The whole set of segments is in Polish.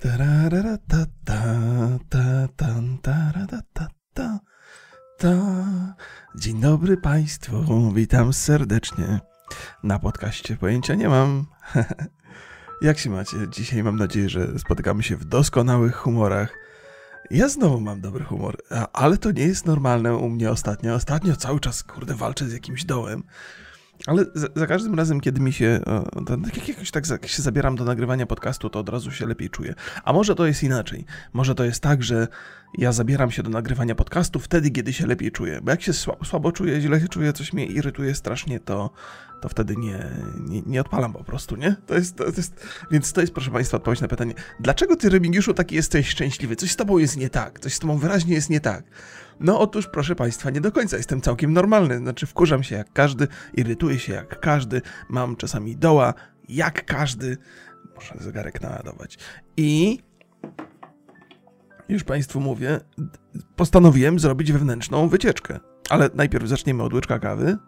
Dzień dobry Państwu, witam serdecznie na podcaście Pojęcia nie mam. Jak się macie? Dzisiaj mam nadzieję, że spotykamy się w doskonałych humorach. Ja znowu mam dobry humor, ale to nie jest normalne u mnie ostatnio. Ostatnio cały czas, walczę z jakimś dołem. Ale za każdym razem, kiedy mi się, jak się zabieram do nagrywania podcastu, to od razu się lepiej czuję. A może to jest inaczej. Może to jest tak, że ja zabieram się do nagrywania podcastu wtedy, kiedy się lepiej czuję. Bo jak się słabo czuję, źle się czuję, coś mnie irytuje strasznie, to wtedy nie odpalam po prostu, nie? Więc to jest, proszę Państwa, odpowiedź na pytanie. Dlaczego Ty, Remigiuszu, taki jesteś szczęśliwy? Coś z Tobą jest nie tak. Coś z Tobą wyraźnie jest nie tak. No otóż, proszę Państwa, nie do końca jestem całkiem normalny. Znaczy wkurzam się jak każdy, irytuję się jak każdy, mam czasami doła jak każdy. Muszę zegarek naładować. I już Państwu mówię, postanowiłem zrobić wewnętrzną wycieczkę. Ale najpierw zaczniemy od łyczka kawy.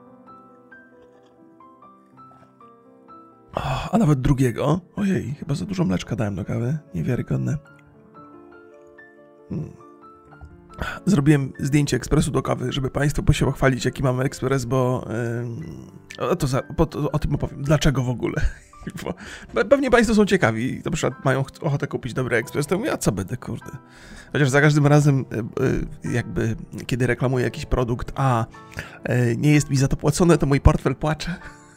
A nawet drugiego. Ojej, chyba za dużo mleczka dałem do kawy. Niewiarygodne. Zrobiłem zdjęcie ekspresu do kawy, żeby Państwu się pochwalić, jaki mamy ekspres, bo o tym opowiem. Dlaczego w ogóle? Bo pewnie Państwo są ciekawi. Na przykład mają ochotę kupić dobry ekspres, to mówię, a co będę, kurde. Chociaż za każdym razem, jakby, kiedy reklamuję jakiś produkt, a nie jest mi za to płacone, to mój portfel płacze.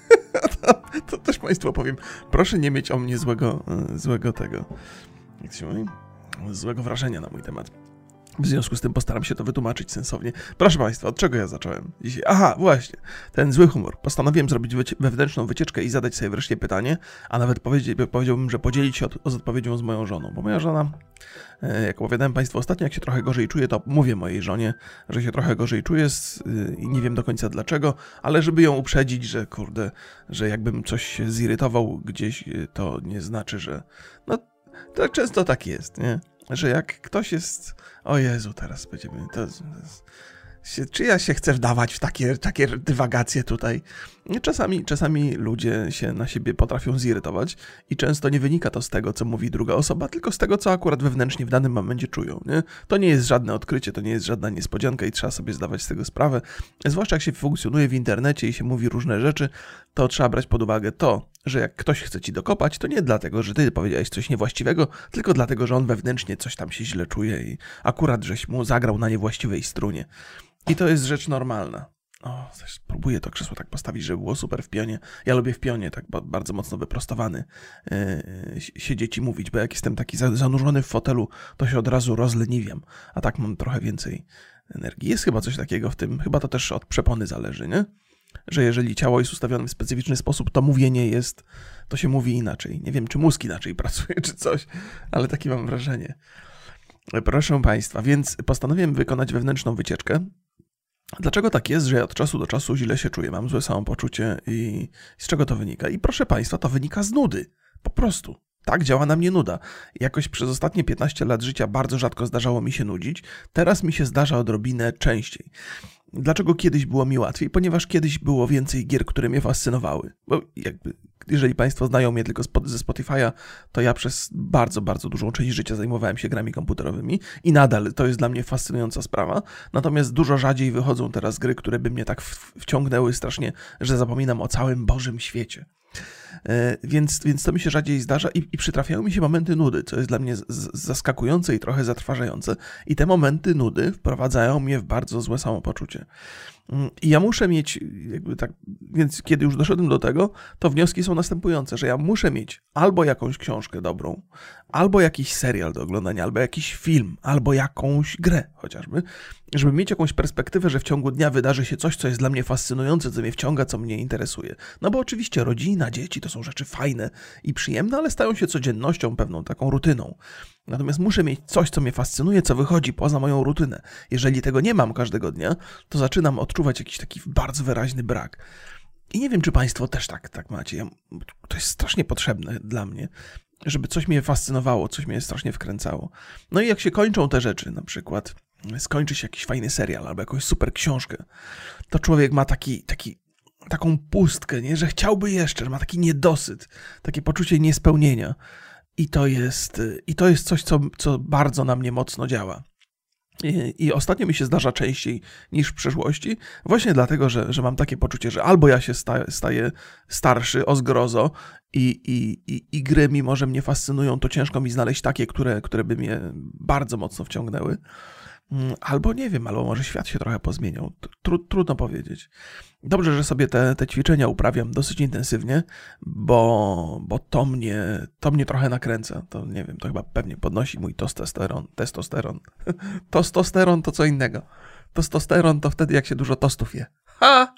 To też Państwu opowiem. Proszę nie mieć o mnie złego tego, jak to się mówi? Złego wrażenia na mój temat. W związku z tym postaram się to wytłumaczyć sensownie. Proszę Państwa, od czego ja zacząłem dzisiaj? Aha, właśnie, ten zły humor. Postanowiłem zrobić wewnętrzną wycieczkę i zadać sobie wreszcie pytanie, a nawet powiedziałbym, że podzielić się z odpowiedzią z moją żoną. Bo moja żona, jak opowiadałem Państwu ostatnio, jak się trochę gorzej czuje, to mówię mojej żonie, że się trochę gorzej czuję i nie wiem do końca dlaczego, ale żeby ją uprzedzić, że że jakbym coś się zirytował gdzieś, to nie znaczy, że... No, to często tak jest, nie? Że jak ktoś jest... O Jezu, teraz będziemy... Czy ja się chcę wdawać w takie dywagacje tutaj? Czasami ludzie się na siebie potrafią zirytować i często nie wynika to z tego, co mówi druga osoba, tylko z tego, co akurat wewnętrznie w danym momencie czują. Nie? To nie jest żadne odkrycie, to nie jest żadna niespodzianka i trzeba sobie zdawać z tego sprawę. Zwłaszcza jak się funkcjonuje w internecie i się mówi różne rzeczy, to trzeba brać pod uwagę to, że jak ktoś chce ci dokopać, to nie dlatego, że ty powiedziałeś coś niewłaściwego, tylko dlatego, że on wewnętrznie coś tam się źle czuje i akurat żeś mu zagrał na niewłaściwej strunie. I to jest rzecz normalna. O, próbuję to krzesło tak postawić, żeby było super w pionie. Ja lubię w pionie, tak bardzo mocno wyprostowany siedzieć i mówić, bo jak jestem taki zanurzony w fotelu, to się od razu rozleniwiam, a tak mam trochę więcej energii. Jest chyba coś takiego w tym, chyba to też od przepony zależy, nie? Że jeżeli ciało jest ustawione w specyficzny sposób, to mówienie jest, to się mówi inaczej. Nie wiem, czy mózg inaczej pracuje, czy coś, ale takie mam wrażenie. Proszę Państwa, więc postanowiłem wykonać wewnętrzną wycieczkę. Dlaczego tak jest, że ja od czasu do czasu źle się czuję, mam złe samopoczucie i z czego to wynika? I proszę Państwa, to wynika z nudy. Po prostu. Tak działa na mnie nuda. Jakoś przez ostatnie 15 lat życia bardzo rzadko zdarzało mi się nudzić. Teraz mi się zdarza odrobinę częściej. Dlaczego kiedyś było mi łatwiej? Ponieważ kiedyś było więcej gier, które mnie fascynowały. Bo jeżeli Państwo znają mnie tylko ze Spotify'a, to ja przez bardzo, bardzo dużą część życia zajmowałem się grami komputerowymi i nadal to jest dla mnie fascynująca sprawa. Natomiast dużo rzadziej wychodzą teraz gry, które by mnie tak wciągnęły strasznie, że zapominam o całym Bożym świecie. Więc to mi się rzadziej zdarza i przytrafiają mi się momenty nudy, co jest dla mnie zaskakujące i trochę zatrważające. I te momenty nudy wprowadzają mnie w bardzo złe samopoczucie. I ja muszę mieć, więc kiedy już doszedłem do tego, to wnioski są następujące, że ja muszę mieć albo jakąś książkę dobrą, albo jakiś serial do oglądania, albo jakiś film, albo jakąś grę chociażby, żeby mieć jakąś perspektywę, że w ciągu dnia wydarzy się coś, co jest dla mnie fascynujące, co mnie wciąga, co mnie interesuje. No bo oczywiście rodzina, dzieci to są rzeczy fajne i przyjemne, ale stają się codziennością, pewną taką rutyną. Natomiast muszę mieć coś, co mnie fascynuje, co wychodzi poza moją rutynę. Jeżeli tego nie mam każdego dnia, to zaczynam odczuwać jakiś taki bardzo wyraźny brak. I nie wiem, czy Państwo też tak macie. To jest strasznie potrzebne dla mnie, żeby coś mnie fascynowało, coś mnie strasznie wkręcało. No i jak się kończą te rzeczy, na przykład skończy się jakiś fajny serial albo jakąś super książkę, to człowiek ma taką pustkę, nie? Że chciałby jeszcze, że ma taki niedosyt, takie poczucie niespełnienia. I to jest coś, co bardzo na mnie mocno działa. I ostatnio mi się zdarza częściej niż w przeszłości, właśnie dlatego, że mam takie poczucie, że albo ja się staję starszy o zgrozo i gry, mimo że mnie fascynują, to ciężko mi znaleźć takie, które by mnie bardzo mocno wciągnęły. Albo nie wiem, albo może świat się trochę pozmieniał. Trudno powiedzieć. Dobrze, że sobie te ćwiczenia uprawiam dosyć intensywnie, bo to mnie trochę nakręca. To nie wiem, to chyba pewnie podnosi mój testosteron. Testosteron to co innego. Testosteron to wtedy, jak się dużo tostów je. Ha!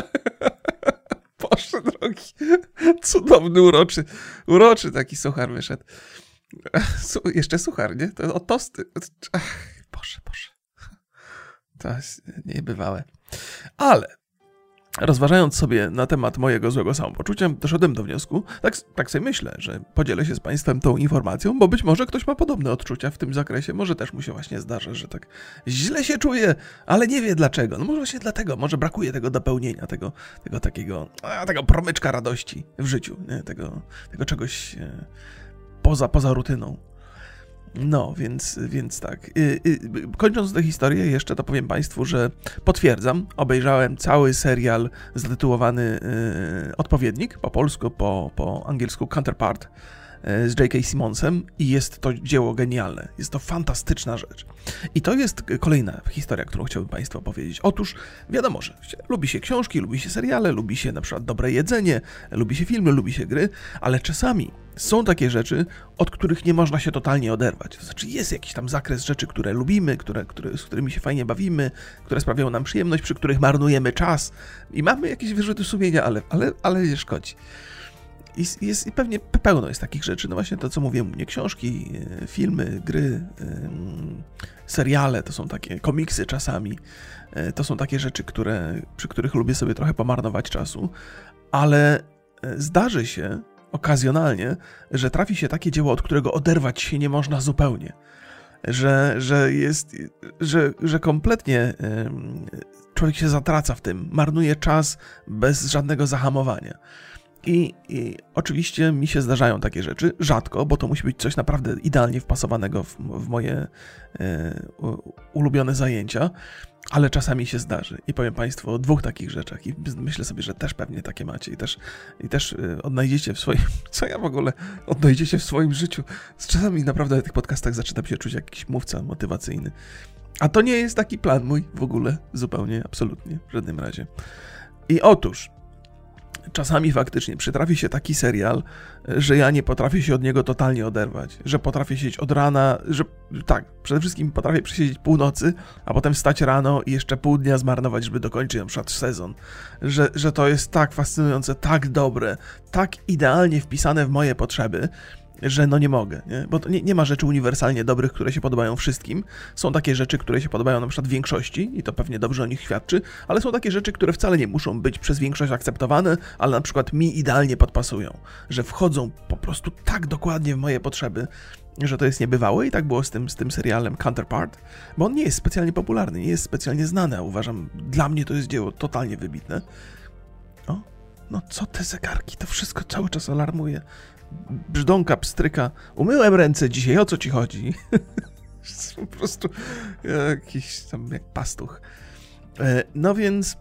Boże drogi. Cudowny, uroczy taki suchar wyszedł. Jeszcze suchar, nie? To o tosty. Boże. To jest niebywałe. Ale rozważając sobie na temat mojego złego samopoczucia, doszedłem do wniosku, tak sobie myślę, że podzielę się z Państwem tą informacją, bo być może ktoś ma podobne odczucia w tym zakresie, może też mu się właśnie zdarza, że tak źle się czuje, ale nie wie dlaczego. No może właśnie dlatego, może brakuje tego dopełnienia, tego promyczka radości w życiu, nie? Tego czegoś poza rutyną. No, więc tak. Kończąc tę historię jeszcze, to powiem Państwu, że potwierdzam, obejrzałem cały serial zatytułowany Odpowiednik, po polsku, po angielsku Counterpart z J.K. Simmonsem i jest to dzieło genialne. Jest to fantastyczna rzecz. I to jest kolejna historia, którą chciałbym Państwu opowiedzieć. Otóż wiadomo, że lubi się książki, lubi się seriale, lubi się na przykład dobre jedzenie, lubi się filmy, lubi się gry, ale czasami są takie rzeczy, od których nie można się totalnie oderwać. To znaczy jest jakiś tam zakres rzeczy, które lubimy, z którymi się fajnie bawimy, które sprawiają nam przyjemność, przy których marnujemy czas i mamy jakieś wyrzuty sumienia, ale nie szkodzi. I pewnie pełno jest takich rzeczy. No właśnie to, co mówię, mnie książki, filmy, gry, seriale, to są takie komiksy czasami. To są takie rzeczy, przy których lubię sobie trochę pomarnować czasu, ale zdarzy się okazjonalnie, że trafi się takie dzieło, od którego oderwać się nie można zupełnie. Że kompletnie człowiek się zatraca w tym, marnuje czas bez żadnego zahamowania. I oczywiście mi się zdarzają takie rzeczy, rzadko, bo to musi być coś naprawdę idealnie wpasowanego w moje ulubione zajęcia, ale czasami się zdarzy. I powiem Państwu o dwóch takich rzeczach i myślę sobie, że też pewnie takie macie i też odnajdziecie w swoim, odnajdziecie w swoim życiu. Czasami naprawdę na tych podcastach zaczynam się czuć jak jakiś mówca motywacyjny. A to nie jest taki plan mój w ogóle, zupełnie, absolutnie, w żadnym razie. I otóż czasami faktycznie przytrafi się taki serial, że ja nie potrafię się od niego totalnie oderwać, że potrafię siedzieć od rana, że tak, przede wszystkim potrafię przesiedzieć północy, a potem wstać rano i jeszcze pół dnia zmarnować, żeby dokończyć na przykład sezon, że to jest tak fascynujące, tak dobre, tak idealnie wpisane w moje potrzeby, że no nie mogę, nie? Bo to nie ma rzeczy uniwersalnie dobrych, które się podobają wszystkim. Są takie rzeczy, które się podobają na przykład większości i to pewnie dobrze o nich świadczy, ale są takie rzeczy, które wcale nie muszą być przez większość akceptowane, ale na przykład mi idealnie podpasują, że wchodzą po prostu tak dokładnie w moje potrzeby, że to jest niebywałe i tak było z tym serialem Counterpart, bo on nie jest specjalnie popularny, nie jest specjalnie znany, a uważam, dla mnie to jest dzieło totalnie wybitne. No co te zegarki, to wszystko cały czas alarmuje. Brzdąka, pstryka. Umyłem ręce dzisiaj, o co ci chodzi? Po prostu jakiś tam jak pastuch. No więc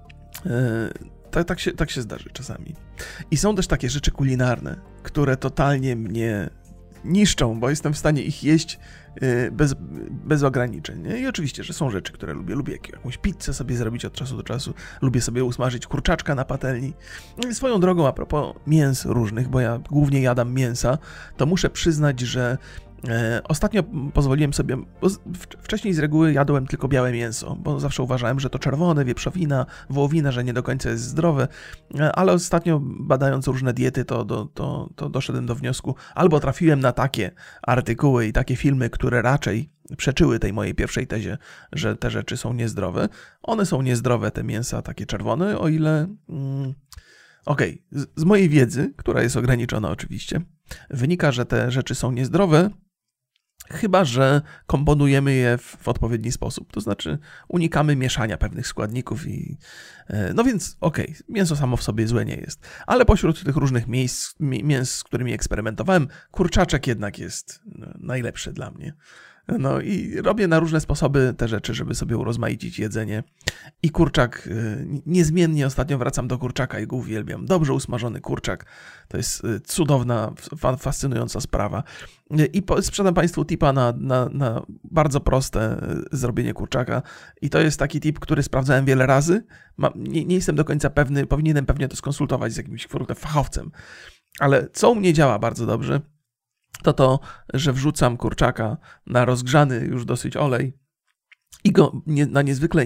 tak się zdarzy czasami. I są też takie rzeczy kulinarne, które totalnie mnie niszczą, bo jestem w stanie ich jeść bez ograniczeń. Nie? I oczywiście, że są rzeczy, które lubię. Lubię jakąś pizzę sobie zrobić od czasu do czasu. Lubię sobie usmażyć kurczaczka na patelni. I swoją drogą, a propos mięs różnych, bo ja głównie jadam mięsa, to muszę przyznać, że ostatnio pozwoliłem sobie, bo wcześniej z reguły jadłem tylko białe mięso, bo zawsze uważałem, że to czerwone, wieprzowina, wołowina, że nie do końca jest zdrowe, ale ostatnio badając różne diety, to doszedłem do wniosku, albo trafiłem na takie artykuły i takie filmy, które raczej przeczyły tej mojej pierwszej tezie, że te rzeczy są niezdrowe. One są niezdrowe, te mięsa takie czerwone, o ile... Okej, z mojej wiedzy, która jest ograniczona oczywiście, wynika, że te rzeczy są niezdrowe, Chyba że komponujemy je w odpowiedni sposób, to znaczy unikamy mieszania pewnych składników no więc okej, mięso samo w sobie złe nie jest, ale pośród tych różnych mięs, z którymi eksperymentowałem, kurczaczek jednak jest najlepszy dla mnie. No i robię na różne sposoby te rzeczy, żeby sobie urozmaicić jedzenie. I kurczak, niezmiennie ostatnio wracam do kurczaka i go uwielbiam. Dobrze usmażony kurczak, to jest cudowna, fascynująca sprawa. I sprzedam Państwu tipa na bardzo proste zrobienie kurczaka. I to jest taki tip, który sprawdzałem wiele razy. Nie jestem do końca pewny, powinienem pewnie to skonsultować z jakimś fachowcem. Ale co u mnie działa bardzo dobrze, to, że wrzucam kurczaka na rozgrzany już dosyć olej i go na niezwykle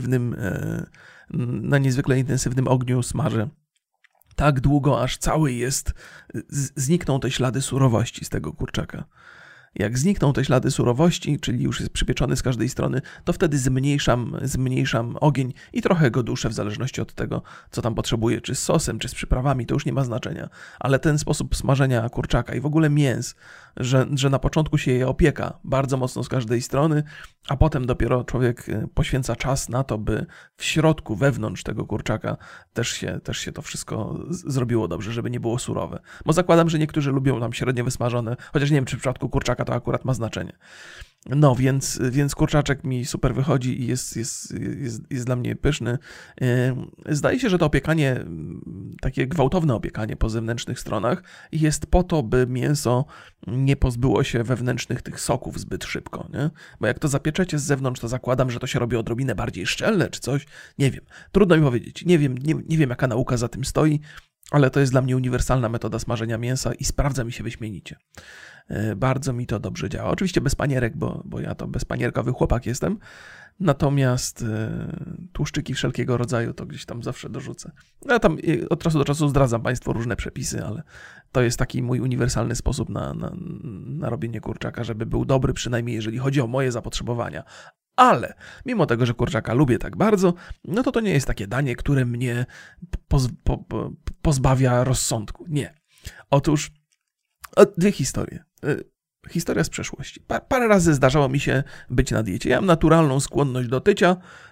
intensywnym ogniu smażę tak długo, aż cały znikną te ślady surowości z tego kurczaka. Jak znikną te ślady surowości, czyli już jest przypieczony z każdej strony, to wtedy zmniejszam ogień i trochę go duszę w zależności od tego, co tam potrzebuję, czy z sosem, czy z przyprawami, to już nie ma znaczenia. Ale ten sposób smażenia kurczaka i w ogóle mięs, że na początku się je opieka bardzo mocno z każdej strony, a potem dopiero człowiek poświęca czas na to, by w środku, wewnątrz tego kurczaka też się to wszystko zrobiło dobrze, żeby nie było surowe. Bo zakładam, że niektórzy lubią tam średnio wysmażone, chociaż nie wiem, czy w przypadku kurczaka to akurat ma znaczenie. No, więc kurczaczek mi super wychodzi i jest dla mnie pyszny. Zdaje się, że to opiekanie, takie gwałtowne opiekanie po zewnętrznych stronach jest po to, by mięso nie pozbyło się wewnętrznych tych soków zbyt szybko, nie? Bo jak to zapieczecie z zewnątrz, to zakładam, że to się robi odrobinę bardziej szczelne czy coś. Nie wiem. Trudno mi powiedzieć. Nie wiem, jaka nauka za tym stoi, ale to jest dla mnie uniwersalna metoda smażenia mięsa i sprawdza mi się wyśmienicie. Bardzo mi to dobrze działa. Oczywiście bez panierek, bo ja to bezpanierkowy chłopak jestem. Natomiast tłuszczyki wszelkiego rodzaju to gdzieś tam zawsze dorzucę. Ja tam od czasu do czasu zdradzam Państwu różne przepisy, ale to jest taki mój uniwersalny sposób na robienie kurczaka, żeby był dobry, przynajmniej jeżeli chodzi o moje zapotrzebowania. Ale mimo tego, że kurczaka lubię tak bardzo, no to nie jest takie danie, które mnie pozbawia rozsądku. Nie. Otóż dwie historie. Historia z przeszłości. Parę razy zdarzało mi się być na diecie. Ja mam naturalną skłonność do tycia.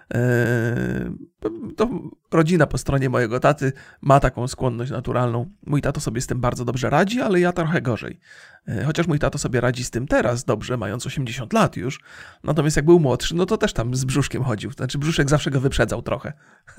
To rodzina po stronie mojego taty ma taką skłonność naturalną. Mój tato sobie z tym bardzo dobrze radzi, ale ja trochę gorzej. Chociaż mój tato sobie radzi z tym teraz dobrze, mając 80 lat już. Natomiast jak był młodszy, no to też tam z brzuszkiem chodził. Znaczy brzuszek zawsze go wyprzedzał trochę.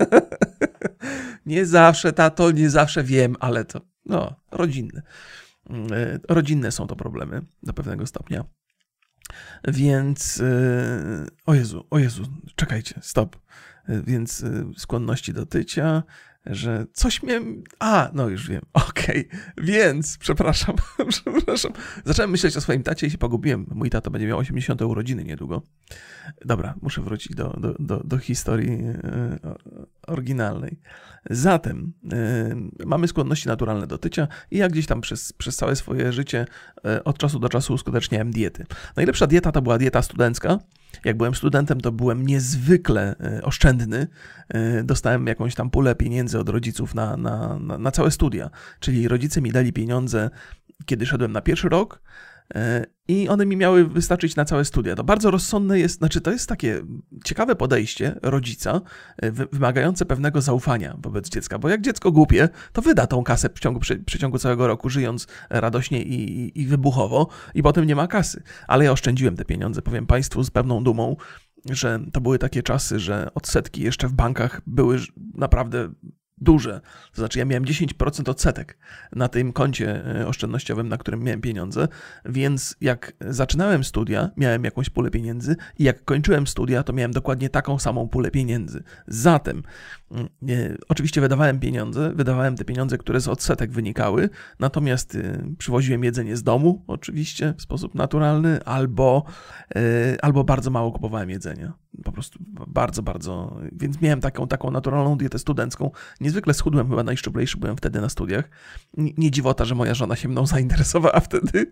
Nie zawsze, tato, nie zawsze wiem, ale to rodzinne. Rodzinne są to problemy do pewnego stopnia. Więc o Jezu, czekajcie, stop. Więc skłonności do tycia, że coś miałem... no już wiem, okej. Więc, przepraszam. Zacząłem myśleć o swoim tacie i się pogubiłem. Mój tato będzie miał 80. urodziny niedługo. Dobra, muszę wrócić do historii oryginalnej. Zatem mamy skłonności naturalne do tycia i ja gdzieś tam przez całe swoje życie od czasu do czasu uskuteczniałem diety. Najlepsza dieta to była dieta studencka. Jak byłem studentem, to byłem niezwykle oszczędny. Dostałem jakąś tam pulę pieniędzy od rodziców na całe studia. Czyli rodzice mi dali pieniądze, kiedy szedłem na pierwszy rok i one mi miały wystarczyć na całe studia. To bardzo rozsądne jest, to jest takie ciekawe podejście rodzica, wymagające pewnego zaufania wobec dziecka, bo jak dziecko głupie, to wyda tą kasę w przeciągu całego roku, żyjąc radośnie i wybuchowo i potem nie ma kasy. Ale ja oszczędziłem te pieniądze, powiem Państwu z pewną dumą, że to były takie czasy, że odsetki jeszcze w bankach były naprawdę duże. To znaczy ja miałem 10% odsetek na tym koncie oszczędnościowym, na którym miałem pieniądze, więc jak zaczynałem studia, miałem jakąś pulę pieniędzy i jak kończyłem studia, to miałem dokładnie taką samą pulę pieniędzy. Zatem oczywiście wydawałem te pieniądze, które z odsetek wynikały, natomiast przywoziłem jedzenie z domu, oczywiście w sposób naturalny, albo bardzo mało kupowałem jedzenia. Po prostu bardzo, bardzo, więc miałem taką naturalną dietę studencką. Niezwykle schudłem, chyba najszczuplejszy byłem wtedy na studiach. Nie dziwota, że moja żona się mną zainteresowała wtedy.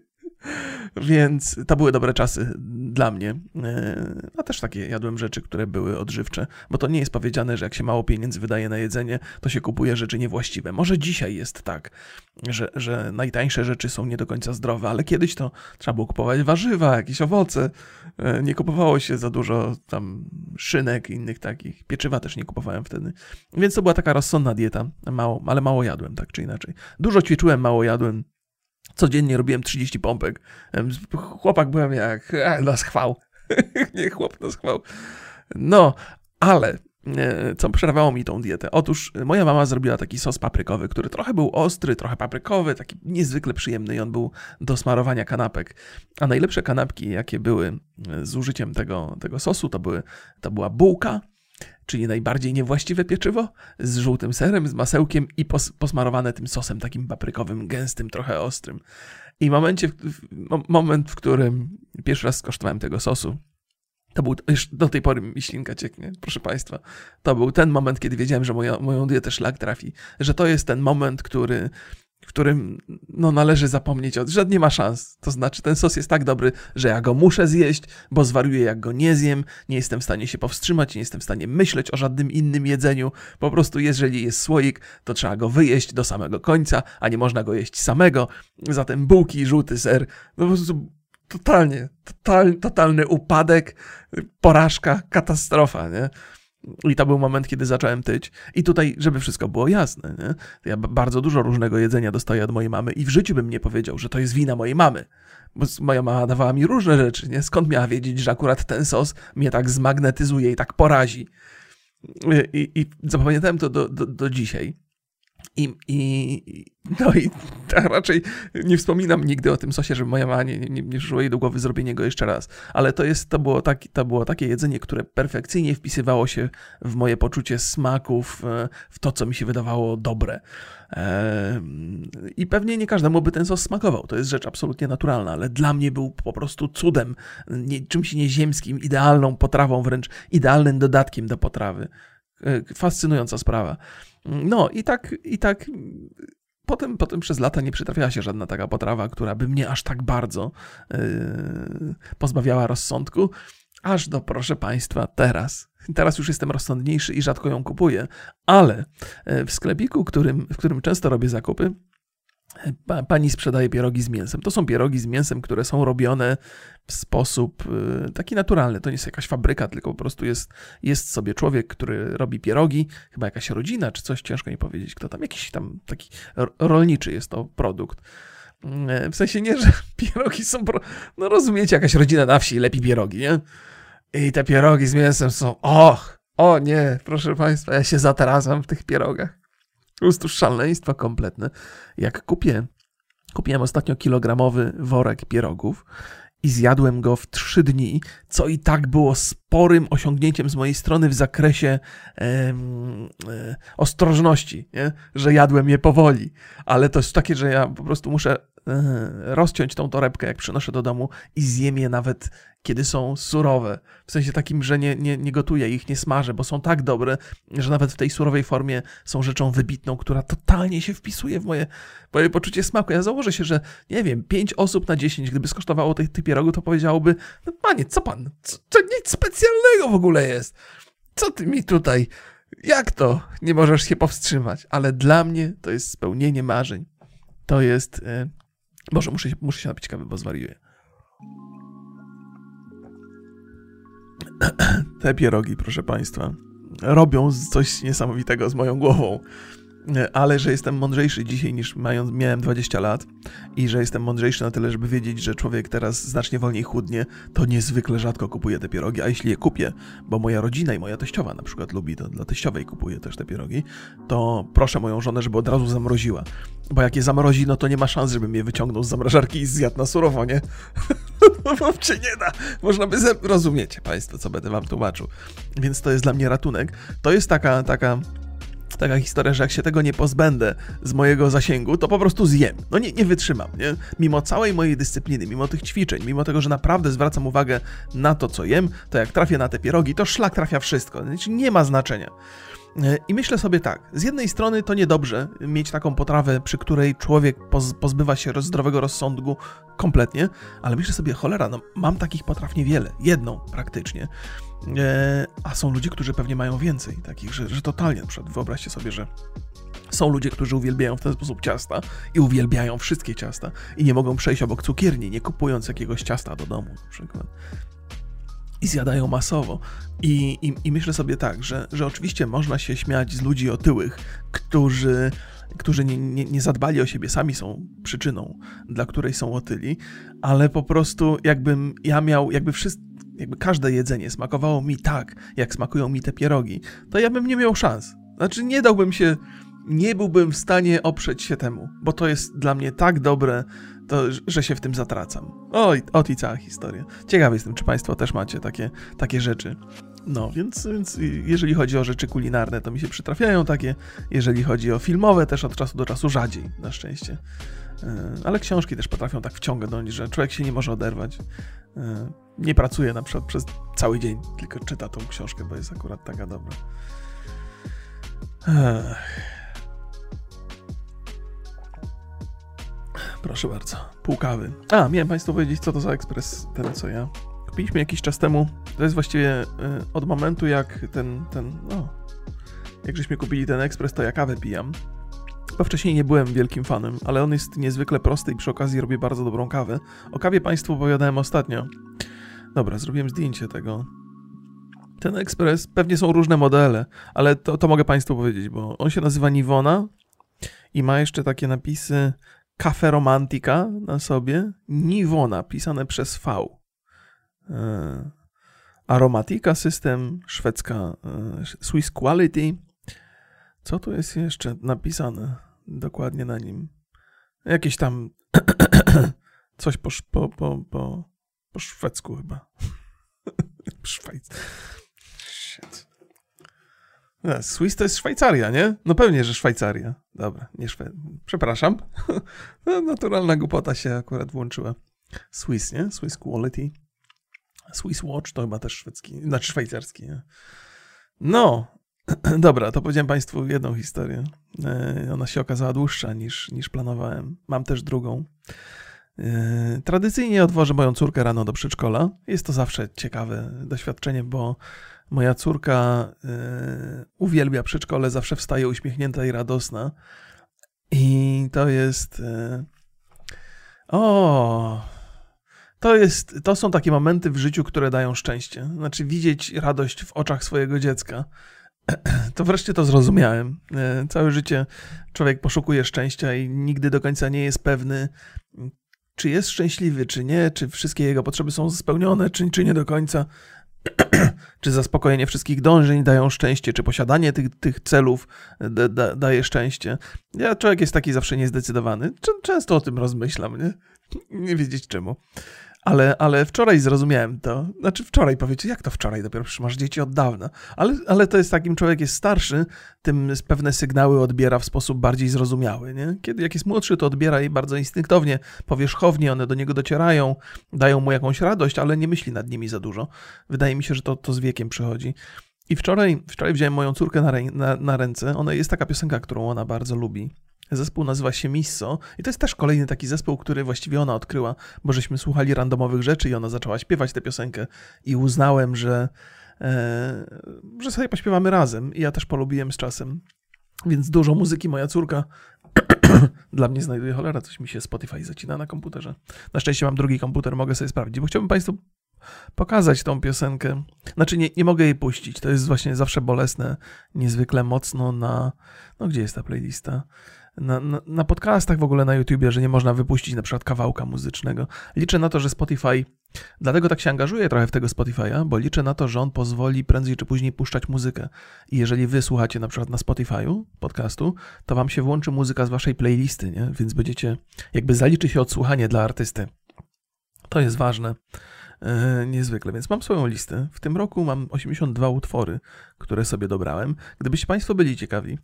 Więc to były dobre czasy dla mnie. A też takie jadłem rzeczy, które były odżywcze, bo to nie jest powiedziane, że jak się mało pieniędzy wydaje na jedzenie, to się kupuje rzeczy niewłaściwe. Może dzisiaj jest tak, że najtańsze rzeczy są nie do końca zdrowe, ale kiedyś to trzeba było kupować warzywa, jakieś owoce. Nie kupowało się za dużo tam szynek i innych takich. Pieczywa też nie kupowałem wtedy. Więc to była taka rozsądna dieta, ale mało jadłem, tak czy inaczej. Dużo ćwiczyłem, mało jadłem. Codziennie robiłem 30 pompek. Chłopak byłem jak na schwał. Nie, chłop na schwał. No, ale co przerwało mi tą dietę? Otóż moja mama zrobiła taki sos paprykowy, który trochę był ostry, trochę paprykowy, taki niezwykle przyjemny i on był do smarowania kanapek. A najlepsze kanapki, jakie były z użyciem tego sosu, to była bułka, czyli najbardziej niewłaściwe pieczywo, z żółtym serem, z masełkiem i posmarowane tym sosem takim paprykowym, gęstym, trochę ostrym. I moment, w którym pierwszy raz skosztowałem tego sosu, to był, już do tej pory mi ślinka cieknie, proszę Państwa, to był ten moment, kiedy wiedziałem, że moją dietę szlak trafi, że to jest ten moment, w którym należy zapomnieć, że nie ma szans. To znaczy ten sos jest tak dobry, że ja go muszę zjeść, bo zwariuję jak go nie zjem, nie jestem w stanie się powstrzymać, nie jestem w stanie myśleć o żadnym innym jedzeniu. Po prostu jeżeli jest słoik, to trzeba go wyjeść do samego końca, a nie można go jeść samego. Zatem bułki, żółty ser, no po prostu totalny upadek, porażka, katastrofa, nie? I to był moment, kiedy zacząłem tyć. I tutaj, żeby wszystko było jasne, nie? Ja bardzo dużo różnego jedzenia dostaję od mojej mamy i w życiu bym nie powiedział, że to jest wina mojej mamy. Bo moja mama dawała mi różne rzeczy, nie? Skąd miała wiedzieć, że akurat ten sos mnie tak zmagnetyzuje i tak porazi? I zapamiętałem to do dzisiaj. No i tak raczej nie wspominam nigdy o tym sosie, żeby moja mama nie przyszło jej do głowy zrobienie go jeszcze raz. Ale to było takie jedzenie, które perfekcyjnie wpisywało się w moje poczucie smaków, w to, co mi się wydawało dobre. I pewnie nie każdemu by ten sos smakował. To jest rzecz absolutnie naturalna, ale dla mnie był po prostu cudem, czymś nieziemskim, idealną potrawą, wręcz idealnym dodatkiem do potrawy. Fascynująca sprawa. No i tak potem przez lata nie przytrafiała się żadna taka potrawa, która by mnie aż tak bardzo pozbawiała rozsądku, aż do, proszę Państwa, teraz już jestem rozsądniejszy i rzadko ją kupuję, ale w sklepiku, w którym często robię zakupy, pani sprzedaje pierogi z mięsem. To są pierogi z mięsem, które są robione w sposób taki naturalny. To nie jest jakaś fabryka, tylko po prostu jest sobie człowiek, który robi pierogi, chyba jakaś rodzina czy coś, ciężko mi powiedzieć, kto tam, jakiś tam taki rolniczy jest to produkt. W sensie nie, że pierogi są, no rozumiecie, jakaś rodzina na wsi lepi pierogi, nie? I te pierogi z mięsem są, o nie, proszę Państwa, ja się zatracam w tych pierogach. Po prostu szaleństwo kompletne. Jak kupiłem ostatnio kilogramowy worek pierogów i zjadłem go w 3 dni, co i tak było sporym osiągnięciem z mojej strony w zakresie ostrożności, nie? Że jadłem je powoli. Ale to jest takie, że ja po prostu muszę rozciąć tą torebkę, jak przynoszę do domu i zjem je nawet, kiedy są surowe. W sensie takim, że nie gotuję ich, nie smażę, bo są tak dobre, że nawet w tej surowej formie są rzeczą wybitną, która totalnie się wpisuje w moje poczucie smaku. Ja założę się, że nie wiem, 5 osób na 10, gdyby skosztowało tych pierogów, to powiedziałoby, no panie, co pan? To nic specjalnego w ogóle jest. Co ty mi tutaj? Jak to? Nie możesz się powstrzymać. Ale dla mnie to jest spełnienie marzeń. To jest... Boże, muszę się napić kawy, bo zwariuję. Te pierogi, proszę Państwa, robią coś niesamowitego z moją głową. Ale że jestem mądrzejszy dzisiaj niż miałem 20 lat i że jestem mądrzejszy na tyle, żeby wiedzieć, że człowiek teraz znacznie wolniej chudnie, to niezwykle rzadko kupuję te pierogi, a jeśli je kupię, bo moja rodzina i moja teściowa na przykład lubi, to dla teściowej kupuję też te pierogi, to proszę moją żonę, żeby od razu zamroziła, bo jak je zamrozi, no to nie ma szans, żebym je wyciągnął z zamrażarki i zjadł na surowo, nie? No się nie da, można by rozumiecie Państwo, co będę wam tłumaczył, więc to jest dla mnie ratunek. To jest taka historia, że jak się tego nie pozbędę z mojego zasięgu, to po prostu zjem. No nie wytrzymam, nie? Mimo całej mojej dyscypliny, mimo tych ćwiczeń, mimo tego, że naprawdę zwracam uwagę na to, co jem, to jak trafię na te pierogi, to szlak trafia wszystko. Znaczy nie ma znaczenia. I myślę sobie tak, z jednej strony to niedobrze mieć taką potrawę, przy której człowiek pozbywa się zdrowego rozsądku kompletnie, ale myślę sobie, cholera, no mam takich potraw niewiele, jedną praktycznie, a są ludzie, którzy pewnie mają więcej takich, że totalnie, na przykład wyobraźcie sobie, że są ludzie, którzy uwielbiają w ten sposób ciasta i uwielbiają wszystkie ciasta i nie mogą przejść obok cukierni, nie kupując jakiegoś ciasta do domu na przykład. I zjadają masowo. I myślę sobie tak, że oczywiście można się śmiać z ludzi otyłych, którzy nie zadbali o siebie, sami są przyczyną, dla której są otyli, ale po prostu jakbym ja miał, jakby każde jedzenie smakowało mi tak, jak smakują mi te pierogi, to ja bym nie miał szans. Znaczy nie byłbym w stanie oprzeć się temu, bo to jest dla mnie tak dobre, że się w tym zatracam. Oj, i cała historia. Ciekawy jestem, czy Państwo też macie takie rzeczy. No, więc jeżeli chodzi o rzeczy kulinarne, to mi się przytrafiają takie. Jeżeli chodzi o filmowe, też od czasu do czasu rzadziej, na szczęście. Ale książki też potrafią tak wciągnąć, że człowiek się nie może oderwać. Nie pracuje na przykład przez cały dzień, tylko czyta tą książkę, bo jest akurat taka dobra. Proszę bardzo, pół kawy. Miałem Państwu powiedzieć, co to za ekspres, ten co ja. Kupiliśmy jakiś czas temu, to jest właściwie od momentu jak jak żeśmy kupili ten ekspres, to ja kawę pijam. Bo wcześniej nie byłem wielkim fanem, ale on jest niezwykle prosty i przy okazji robię bardzo dobrą kawę. O kawie Państwu opowiadałem ostatnio. Dobra, zrobiłem zdjęcie tego. Ten ekspres, pewnie są różne modele, ale to mogę Państwu powiedzieć, bo on się nazywa Nivona i ma jeszcze takie napisy Cafe Romantica na sobie. Nivona, pisane przez V. Aromatica System, szwedzka Swiss Quality. Co tu jest jeszcze napisane dokładnie na nim? Jakieś tam coś po szwedzku chyba. Swiss to jest Szwajcaria, nie? No pewnie, że Szwajcaria. Dobra, nie przepraszam. Naturalna głupota się akurat włączyła. Swiss, nie? Swiss Quality. Swiss Watch to chyba też szwedzki, znaczy szwajcarski, nie? No, dobra, to powiedziałem Państwu jedną historię. Ona się okazała dłuższa niż planowałem. Mam też drugą. Tradycyjnie odwożę moją córkę rano do przedszkola. Jest to zawsze ciekawe doświadczenie, bo moja córka uwielbia przedszkole, zawsze wstaje uśmiechnięta i radosna. I to jest... To są takie momenty w życiu, które dają szczęście. Znaczy widzieć radość w oczach swojego dziecka. To wreszcie to zrozumiałem. Całe życie człowiek poszukuje szczęścia i nigdy do końca nie jest pewny, czy jest szczęśliwy, czy nie, czy wszystkie jego potrzeby są spełnione, czy nie do końca. Czy zaspokojenie wszystkich dążeń dają szczęście, czy posiadanie tych celów daje szczęście. Człowiek jest taki zawsze niezdecydowany. Często o tym rozmyślam, nie wiedzieć czemu. Ale wczoraj zrozumiałem to. Znaczy wczoraj, powiecie, jak to wczoraj? Dopiero przecież masz dzieci od dawna. Ale to jest takim, człowiek jest starszy, tym pewne sygnały odbiera w sposób bardziej zrozumiały, nie? Jak jest młodszy, to odbiera je bardzo instynktownie, powierzchownie, one do niego docierają, dają mu jakąś radość, ale nie myśli nad nimi za dużo. Wydaje mi się, że to z wiekiem przychodzi. I wczoraj wziąłem moją córkę na ręce. Jest taka piosenka, którą ona bardzo lubi. Zespół nazywa się Misso i to jest też kolejny taki zespół, który właściwie ona odkryła, bo żeśmy słuchali randomowych rzeczy i ona zaczęła śpiewać tę piosenkę i uznałem, że sobie pośpiewamy razem i ja też polubiłem z czasem. Więc dużo muzyki moja córka dla mnie znajduje. Cholera, coś mi się Spotify zacina na komputerze. Na szczęście mam drugi komputer, mogę sobie sprawdzić, bo chciałbym Państwu pokazać tą piosenkę. Znaczy nie mogę jej puścić, to jest właśnie zawsze bolesne, niezwykle mocno gdzie jest ta playlista? Na podcastach w ogóle na YouTubie, że nie można wypuścić na przykład kawałka muzycznego. Liczę na to, że Spotify, dlatego tak się angażuję trochę w tego Spotify'a, bo liczę na to, że on pozwoli prędzej czy później puszczać muzykę. I jeżeli wy słuchacie na przykład na Spotify'u podcastu, to wam się włączy muzyka z waszej playlisty, nie? Więc będziecie, zaliczy się odsłuchanie dla artysty. To jest ważne. niezwykle, więc mam swoją listę. W tym roku mam 82 utwory, które sobie dobrałem. Gdybyście Państwo byli ciekawi,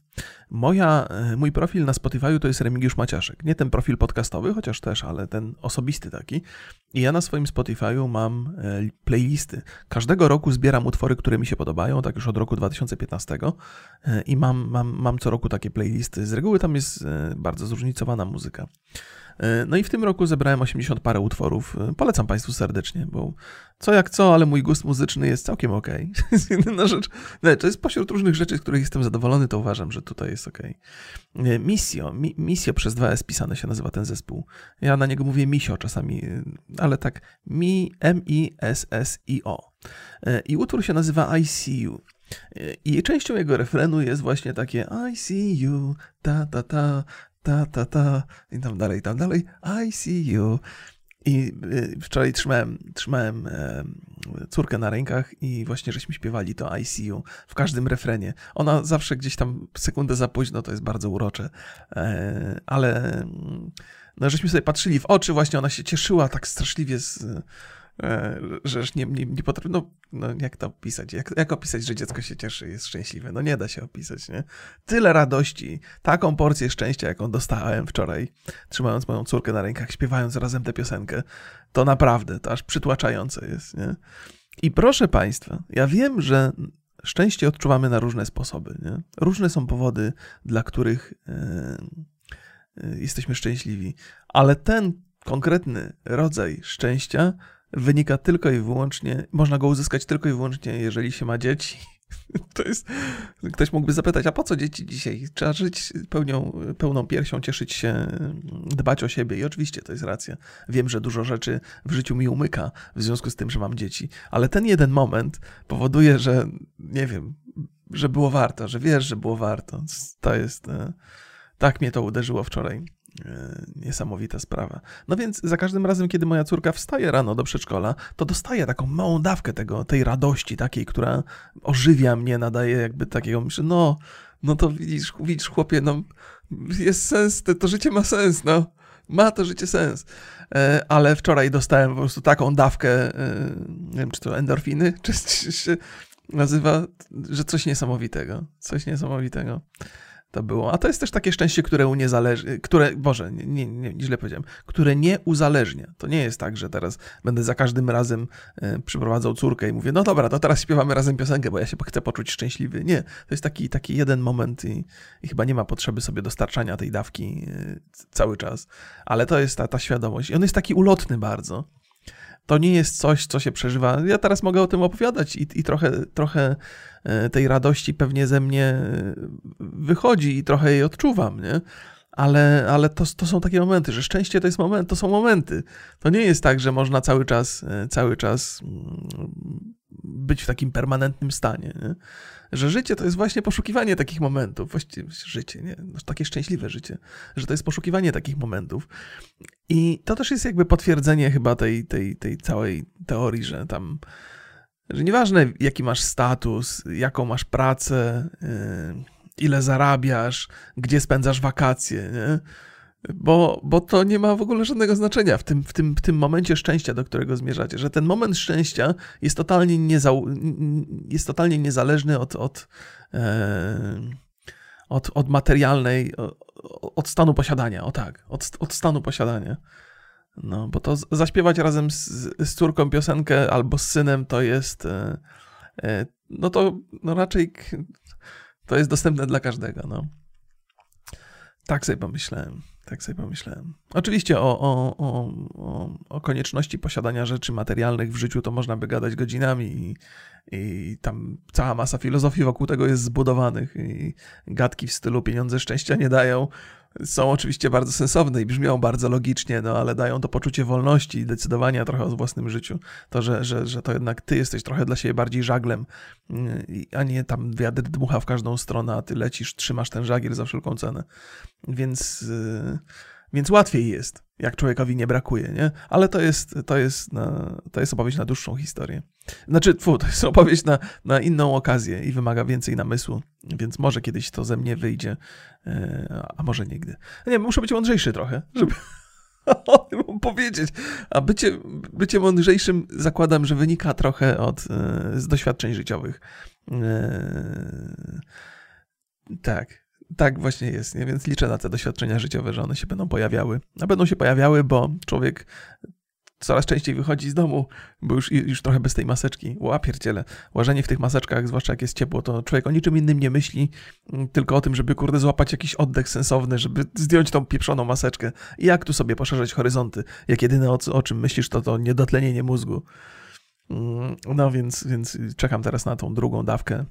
mój profil na Spotify to jest Remigiusz Maciaszek. Nie ten profil podcastowy, chociaż też, ale ten osobisty taki. I ja na swoim Spotify'u mam playlisty. Każdego roku zbieram utwory, które mi się podobają, tak już od roku 2015 i mam co roku takie playlisty. Z reguły tam jest bardzo zróżnicowana muzyka. No i w tym roku zebrałem 80 parę utworów. Polecam Państwu serdecznie, bo co jak co, ale mój gust muzyczny jest całkiem okej. Jedyna rzecz, to jest pośród różnych rzeczy, z których jestem zadowolony, to uważam, że tutaj jest okej. Misio przez 2S pisane się nazywa ten zespół. Ja na niego mówię Misio czasami, ale tak M-I-S-S-I-O. I utwór się nazywa I See You. I częścią jego refrenu jest właśnie takie I see you, ta ta ta, ta ta ta i tam dalej, I see you. I wczoraj trzymałem córkę na rękach i właśnie żeśmy śpiewali to I see you w każdym refrenie. Ona zawsze gdzieś tam sekundę za późno, to jest bardzo urocze, ale no, żeśmy sobie patrzyli w oczy, właśnie ona się cieszyła tak straszliwie że nie potrafię, no jak to opisać? Jak opisać, że dziecko się cieszy, jest szczęśliwe? No nie da się opisać, nie? Tyle radości, taką porcję szczęścia, jaką dostałem wczoraj, trzymając moją córkę na rękach, śpiewając razem tę piosenkę, to naprawdę, to aż przytłaczające jest, nie? I proszę Państwa, ja wiem, że szczęście odczuwamy na różne sposoby, nie? Różne są powody, dla których jesteśmy szczęśliwi, ale ten konkretny rodzaj szczęścia wynika tylko i wyłącznie, można go uzyskać tylko i wyłącznie, jeżeli się ma dzieci. To jest, ktoś mógłby zapytać, a po co dzieci dzisiaj? Trzeba żyć pełną piersią, cieszyć się, dbać o siebie i oczywiście to jest racja. Wiem, że dużo rzeczy w życiu mi umyka w związku z tym, że mam dzieci, ale ten jeden moment powoduje, że nie wiem, że było warto, że wiesz, że było warto. To jest, tak mnie to uderzyło wczoraj. Niesamowita sprawa. No więc za każdym razem, kiedy moja córka wstaje rano do przedszkola, to dostaje taką małą dawkę tej radości takiej, która ożywia mnie, nadaje jakby takiego, myślę, no to widzisz chłopie, no jest sens, to życie ma sens, no. Ma to życie sens. Ale wczoraj dostałem po prostu taką dawkę, nie wiem, czy to endorfiny, czy się nazywa, że coś niesamowitego. Coś niesamowitego. To było. A to jest też takie szczęście, które uniezależnia, źle powiedziałem, które nie uzależnia. To nie jest tak, że teraz będę za każdym razem przyprowadzał córkę i mówię, no dobra, to teraz śpiewamy razem piosenkę, bo ja się chcę poczuć szczęśliwy. Nie, to jest taki jeden moment i chyba nie ma potrzeby sobie dostarczania tej dawki cały czas. Ale to jest ta świadomość. I on jest taki ulotny bardzo. To nie jest coś, co się przeżywa. Ja teraz mogę o tym opowiadać i trochę tej radości pewnie ze mnie wychodzi i trochę jej odczuwam, nie? Ale to są takie momenty, że szczęście to są momenty. To nie jest tak, że można cały czas być w takim permanentnym stanie, nie? Że życie to jest właśnie poszukiwanie takich momentów. Właściwie życie, nie? No, takie szczęśliwe życie. Że to jest poszukiwanie takich momentów. I to też jest jakby potwierdzenie chyba tej całej teorii, że nieważne jaki masz status, jaką masz pracę, ile zarabiasz, gdzie spędzasz wakacje, nie? Bo to nie ma w ogóle żadnego znaczenia w tym momencie szczęścia, do którego zmierzacie, że ten moment szczęścia jest totalnie niezależny od materialnej, od stanu posiadania, od stanu posiadania. No, bo to zaśpiewać razem z córką piosenkę albo z synem to jest, raczej to jest dostępne dla każdego, no. Tak sobie pomyślałem. Oczywiście o konieczności posiadania rzeczy materialnych w życiu to można by gadać godzinami i tam cała masa filozofii wokół tego jest zbudowanych i gadki w stylu pieniądze szczęścia nie dają są oczywiście bardzo sensowne i brzmią bardzo logicznie, no ale dają to poczucie wolności i decydowania trochę o własnym życiu. To, że to jednak ty jesteś trochę dla siebie bardziej żaglem, a nie tam wiatr dmucha w każdą stronę, a ty lecisz, trzymasz ten żagiel za wszelką cenę. Więc łatwiej jest, jak człowiekowi nie brakuje, nie? Ale to jest opowieść na dłuższą historię. To jest opowieść na inną okazję i wymaga więcej namysłu, więc może kiedyś to ze mnie wyjdzie, a może nigdy. Nie, muszę być mądrzejszy trochę, o tym mam powiedzieć. A bycie mądrzejszym zakładam, że wynika trochę z doświadczeń życiowych. Tak właśnie jest, nie? Więc liczę na te doświadczenia życiowe, że one się będą pojawiały. A będą się pojawiały, bo człowiek coraz częściej wychodzi z domu, bo już trochę bez tej maseczki. Pierdziele. Łażenie w tych maseczkach, zwłaszcza jak jest ciepło, to człowiek o niczym innym nie myśli, tylko o tym, żeby złapać jakiś oddech sensowny, żeby zdjąć tą pieprzoną maseczkę. I jak tu sobie poszerzać horyzonty? Jak jedyne o czym myślisz, to niedotlenienie mózgu. No więc czekam teraz na tą drugą dawkę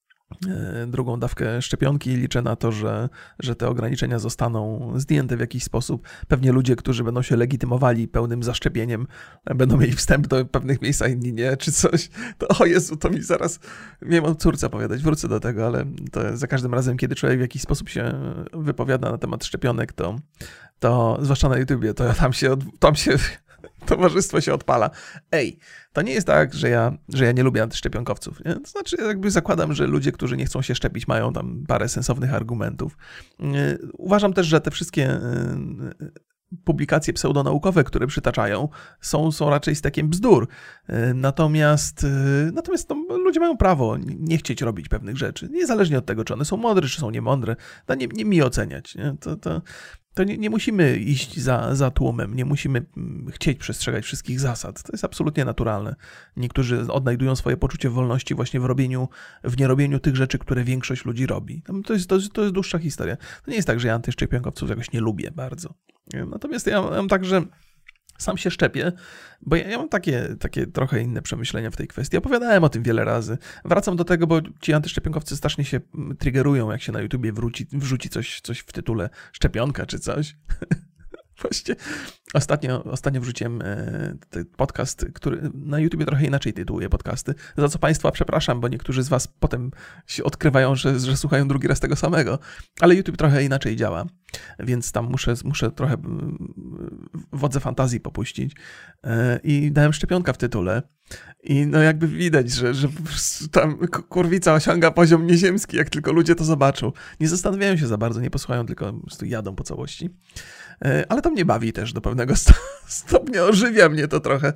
szczepionki i liczę na to, że te ograniczenia zostaną zdjęte w jakiś sposób. Pewnie ludzie, którzy będą się legitymowali pełnym zaszczepieniem, będą mieli wstęp do pewnych miejsc, a inni nie, czy coś. To o Jezu, to mi zaraz miałem o córce opowiadać, wrócę do tego, ale to za każdym razem, kiedy człowiek w jakiś sposób się wypowiada na temat szczepionek, to zwłaszcza na YouTubie, to tam się towarzystwo się odpala. To nie jest tak, że ja nie lubię antyszczepionkowców. Nie? To znaczy, jakby zakładam, że ludzie, którzy nie chcą się szczepić, mają tam parę sensownych argumentów. Uważam też, że te wszystkie publikacje pseudonaukowe, które przytaczają, są raczej stekiem bzdur. Natomiast ludzie mają prawo nie chcieć robić pewnych rzeczy, niezależnie od tego, czy one są mądre, czy są niemądre. Nie mi oceniać. Nie? To nie musimy iść za tłumem, nie musimy chcieć przestrzegać wszystkich zasad. To jest absolutnie naturalne. Niektórzy odnajdują swoje poczucie wolności właśnie w nierobieniu tych rzeczy, które większość ludzi robi. To jest dłuższa historia. To nie jest tak, że ja antyszczepionkowców jakoś nie lubię bardzo. Natomiast ja mam tak, że sam się szczepię, bo ja mam takie trochę inne przemyślenia w tej kwestii. Opowiadałem o tym wiele razy. Wracam do tego, bo ci antyszczepionkowcy strasznie się triggerują, jak się na YouTubie wrzuci coś w tytule szczepionka czy coś. Właśnie ostatnio wrzuciłem podcast, który na YouTubie trochę inaczej tytułuje podcasty, za co Państwa przepraszam, bo niektórzy z Was potem się odkrywają, że słuchają drugi raz tego samego, ale YouTube trochę inaczej działa, więc tam muszę trochę wodze fantazji popuścić i dałem szczepionka w tytule i no jakby widać, że tam kurwica osiąga poziom nieziemski, jak tylko ludzie to zobaczą. Nie zastanawiają się za bardzo, nie posłuchają, tylko po prostu jadą po całości. Ale to mnie bawi też do pewnego stopnia, ożywia mnie to trochę.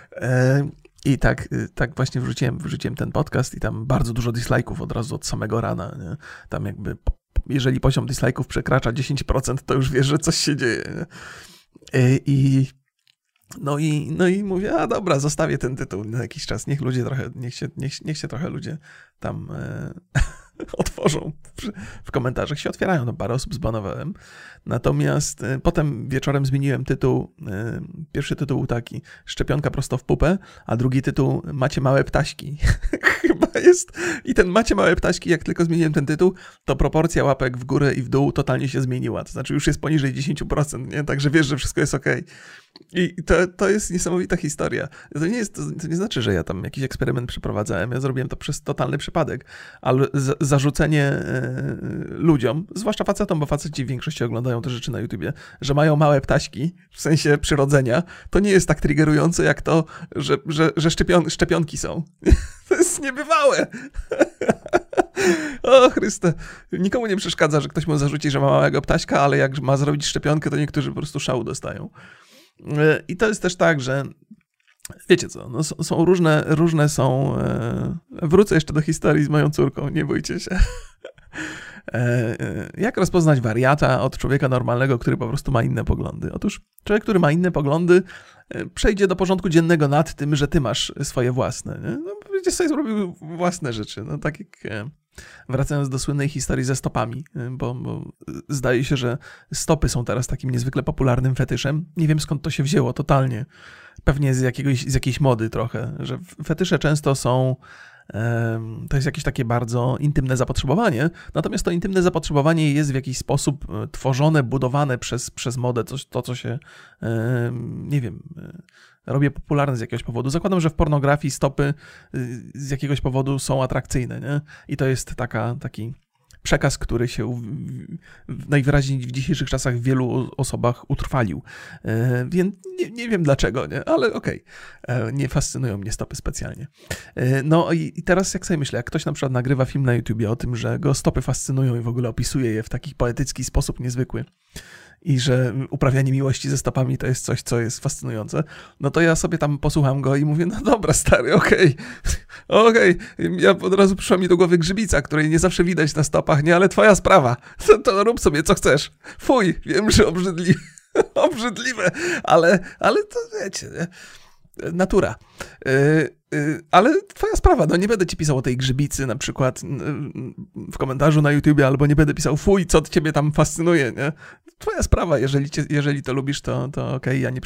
I tak właśnie wrzuciłem ten podcast i tam bardzo dużo dislike'ów od razu od samego rana. Nie? Tam jakby, jeżeli poziom dislike'ów przekracza 10%, to już wiesz, że coś się dzieje. No i mówię, a dobra, zostawię ten tytuł na jakiś czas. Niech się trochę ludzie tam otworzą. W komentarzach się otwierają, no parę osób zbanowałem. Natomiast potem wieczorem zmieniłem tytuł. Pierwszy tytuł był taki, szczepionka prosto w pupę, a drugi tytuł, macie małe ptaśki. Chyba jest. I ten macie małe ptaśki, jak tylko zmieniłem ten tytuł, to proporcja łapek w górę i w dół totalnie się zmieniła. To znaczy już jest poniżej 10%, nie? Także wiesz, że wszystko jest okej. I to jest niesamowita historia. To nie znaczy, że ja tam jakiś eksperyment przeprowadzałem. Ja zrobiłem to przez totalny przypadek. Ale zarzucenie ludziom, zwłaszcza facetom, bo faceci w większości oglądają te rzeczy na YouTubie, że mają małe ptaśki, w sensie przyrodzenia, to nie jest tak triggerujące jak to, że szczepionki są. To jest niebywałe. O Chryste. Nikomu nie przeszkadza, że ktoś mu zarzuci, że ma małego ptaśka, ale jak ma zrobić szczepionkę, to niektórzy po prostu szału dostają. I to jest też tak, że wiecie co, no są różne są... Wrócę jeszcze do historii z moją córką, nie bójcie się. Jak rozpoznać wariata od człowieka normalnego, który po prostu ma inne poglądy? Otóż człowiek, który ma inne poglądy, przejdzie do porządku dziennego nad tym, że ty masz swoje własne. Nie? No, będziesz sobie zrobił własne rzeczy. No, tak jak wracając do słynnej historii ze stopami, bo zdaje się, że stopy są teraz takim niezwykle popularnym fetyszem. Nie wiem, skąd to się wzięło totalnie. Pewnie z jakiejś mody trochę, że fetysze często są... To jest jakieś takie bardzo intymne zapotrzebowanie, natomiast to intymne zapotrzebowanie jest w jakiś sposób tworzone, budowane przez modę, to co się, nie wiem, robi popularne z jakiegoś powodu. Zakładam, że w pornografii stopy z jakiegoś powodu są atrakcyjne, nie? I to jest taki przekaz, który się najwyraźniej w dzisiejszych czasach w wielu osobach utrwalił. Więc nie wiem dlaczego, nie? Ale okej. Nie fascynują mnie stopy specjalnie. No i teraz jak sobie myślę, jak ktoś na przykład nagrywa film na YouTubie o tym, że go stopy fascynują i w ogóle opisuje je w taki poetycki sposób niezwykły i że uprawianie miłości ze stopami to jest coś, co jest fascynujące, no to ja sobie tam posłucham go i mówię, no dobra, stary, okej. Ja od razu przyszła mi do głowy grzybica, której nie zawsze widać na stopach, nie, ale twoja sprawa, to rób sobie co chcesz. Fuj, wiem, że obrzydliwe, ale to wiecie, nie? Natura. Ale twoja sprawa, no nie będę ci pisał o tej grzybicy na przykład w komentarzu na YouTubie, albo nie będę pisał fuj, co ciebie tam fascynuje, nie? Twoja sprawa, jeżeli to lubisz, to okej, ja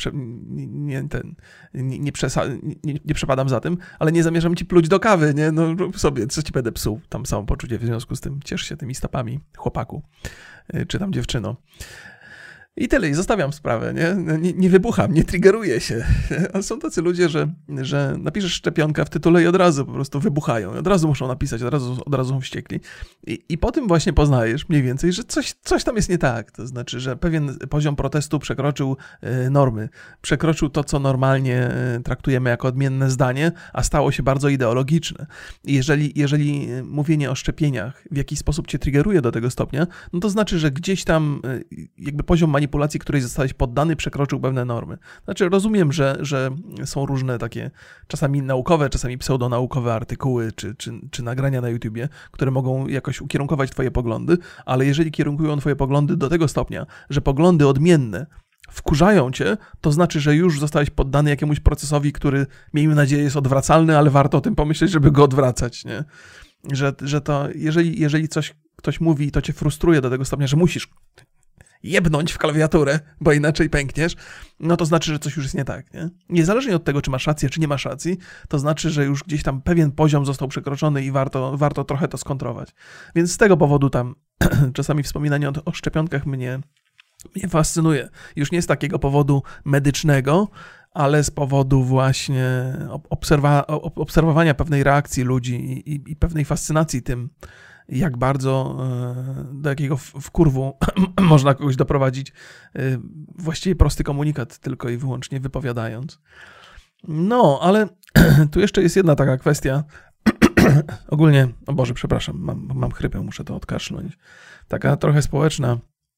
nie przepadam za tym, ale nie zamierzam ci pluć do kawy, nie? No rób sobie, co ci będę psuł, tam samopoczucie w związku z tym, ciesz się tymi stopami, chłopaku, czy tam dziewczyno. I tyle, i zostawiam sprawę, nie wybucham, nie triggeruję się. Ale są tacy ludzie, że napiszesz szczepionka w tytule i od razu po prostu wybuchają. Od razu muszą napisać, od razu są wściekli. I po tym właśnie poznajesz mniej więcej, że coś tam jest nie tak. To znaczy, że pewien poziom protestu przekroczył normy. Przekroczył to, co normalnie traktujemy jako odmienne zdanie, a stało się bardzo ideologiczne. I jeżeli mówienie o szczepieniach w jakiś sposób cię triggeruje do tego stopnia, no to znaczy, że gdzieś tam jakby poziom manipulacji, której zostałeś poddany, przekroczył pewne normy. Znaczy rozumiem, że są różne takie czasami naukowe, czasami pseudonaukowe artykuły czy nagrania na YouTubie, które mogą jakoś ukierunkować twoje poglądy, ale jeżeli kierunkują twoje poglądy do tego stopnia, że poglądy odmienne wkurzają cię, to znaczy, że już zostałeś poddany jakiemuś procesowi, który, miejmy nadzieję, jest odwracalny, ale warto o tym pomyśleć, żeby go odwracać, nie? Że to, jeżeli ktoś mówi i to cię frustruje do tego stopnia, że musisz jebnąć w klawiaturę, bo inaczej pękniesz, no to znaczy, że coś już jest nie tak, nie? Niezależnie od tego, czy masz rację, czy nie masz racji, to znaczy, że już gdzieś tam pewien poziom został przekroczony i warto trochę to skontrować. Więc z tego powodu tam czasami wspominanie o szczepionkach mnie fascynuje. Już nie z takiego powodu medycznego, ale z powodu właśnie obserwowania pewnej reakcji ludzi i pewnej fascynacji tym, jak bardzo do jakiego wkurwu można kogoś doprowadzić, właściwie prosty komunikat tylko i wyłącznie wypowiadając. No, ale tu jeszcze jest jedna taka kwestia, ogólnie, o Boże, przepraszam, mam chrypę, muszę to odkasznąć, taka trochę społeczna,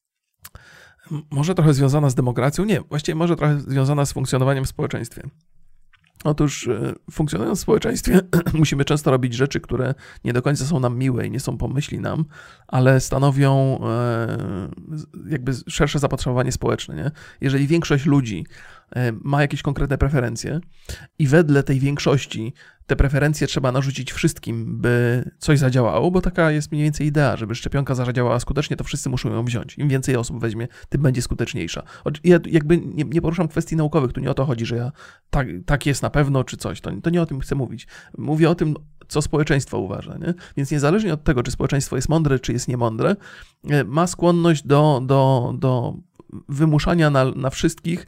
może trochę związana z demokracją, nie, właściwie może trochę związana z funkcjonowaniem w społeczeństwie. Otóż funkcjonując w społeczeństwie musimy często robić rzeczy, które nie do końca są nam miłe i nie są pomyślni nam, ale stanowią jakby szersze zapotrzebowanie społeczne, nie? Jeżeli większość ludzi ma jakieś konkretne preferencje i wedle tej większości te preferencje trzeba narzucić wszystkim, by coś zadziałało, bo taka jest mniej więcej idea, żeby szczepionka zadziałała skutecznie, to wszyscy muszą ją wziąć. Im więcej osób weźmie, tym będzie skuteczniejsza. Ja jakby nie poruszam kwestii naukowych, tu nie o to chodzi, że ja tak jest na pewno, czy coś. To nie o tym chcę mówić. Mówię o tym, co społeczeństwo uważa, nie? Więc niezależnie od tego, czy społeczeństwo jest mądre, czy jest niemądre, ma skłonność do wymuszania na wszystkich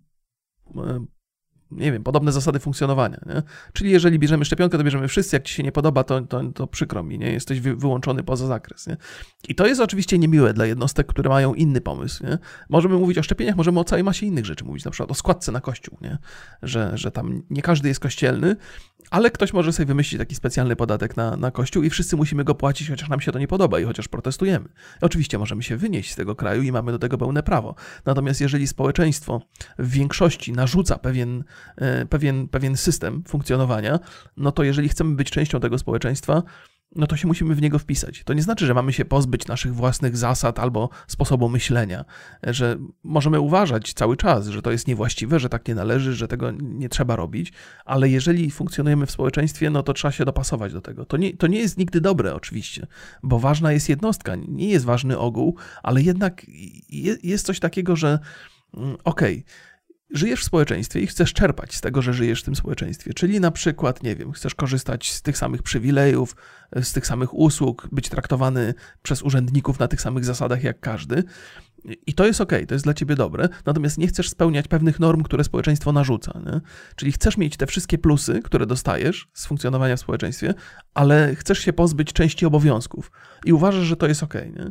nie wiem, podobne zasady funkcjonowania, nie? Czyli jeżeli bierzemy szczepionkę, to bierzemy wszyscy, jak ci się nie podoba, to przykro mi, nie? Jesteś wyłączony poza zakres, nie? I to jest oczywiście niemiłe dla jednostek, które mają inny pomysł, nie? Możemy mówić o szczepieniach, możemy o całej masie innych rzeczy mówić, na przykład o składce na kościół, nie? Że tam nie każdy jest kościelny, ale ktoś może sobie wymyślić taki specjalny podatek na kościół i wszyscy musimy go płacić, chociaż nam się to nie podoba i chociaż protestujemy. Oczywiście możemy się wynieść z tego kraju i mamy do tego pełne prawo. Natomiast jeżeli społeczeństwo w większości narzuca pewien system funkcjonowania, no to jeżeli chcemy być częścią tego społeczeństwa, no to się musimy w niego wpisać. To nie znaczy, że mamy się pozbyć naszych własnych zasad albo sposobu myślenia, że możemy uważać cały czas, że to jest niewłaściwe, że tak nie należy, że tego nie trzeba robić, ale jeżeli funkcjonujemy w społeczeństwie, no to trzeba się dopasować do tego. To nie jest nigdy dobre oczywiście, bo ważna jest jednostka, nie jest ważny ogół, ale jednak jest coś takiego, że okej, żyjesz w społeczeństwie i chcesz czerpać z tego, że żyjesz w tym społeczeństwie. Czyli na przykład, nie wiem, chcesz korzystać z tych samych przywilejów, z tych samych usług, być traktowany przez urzędników na tych samych zasadach jak każdy. I to jest okej, to jest dla ciebie dobre, natomiast nie chcesz spełniać pewnych norm, które społeczeństwo narzuca, nie? Czyli chcesz mieć te wszystkie plusy, które dostajesz z funkcjonowania w społeczeństwie, ale chcesz się pozbyć części obowiązków i uważasz, że to jest okej, nie?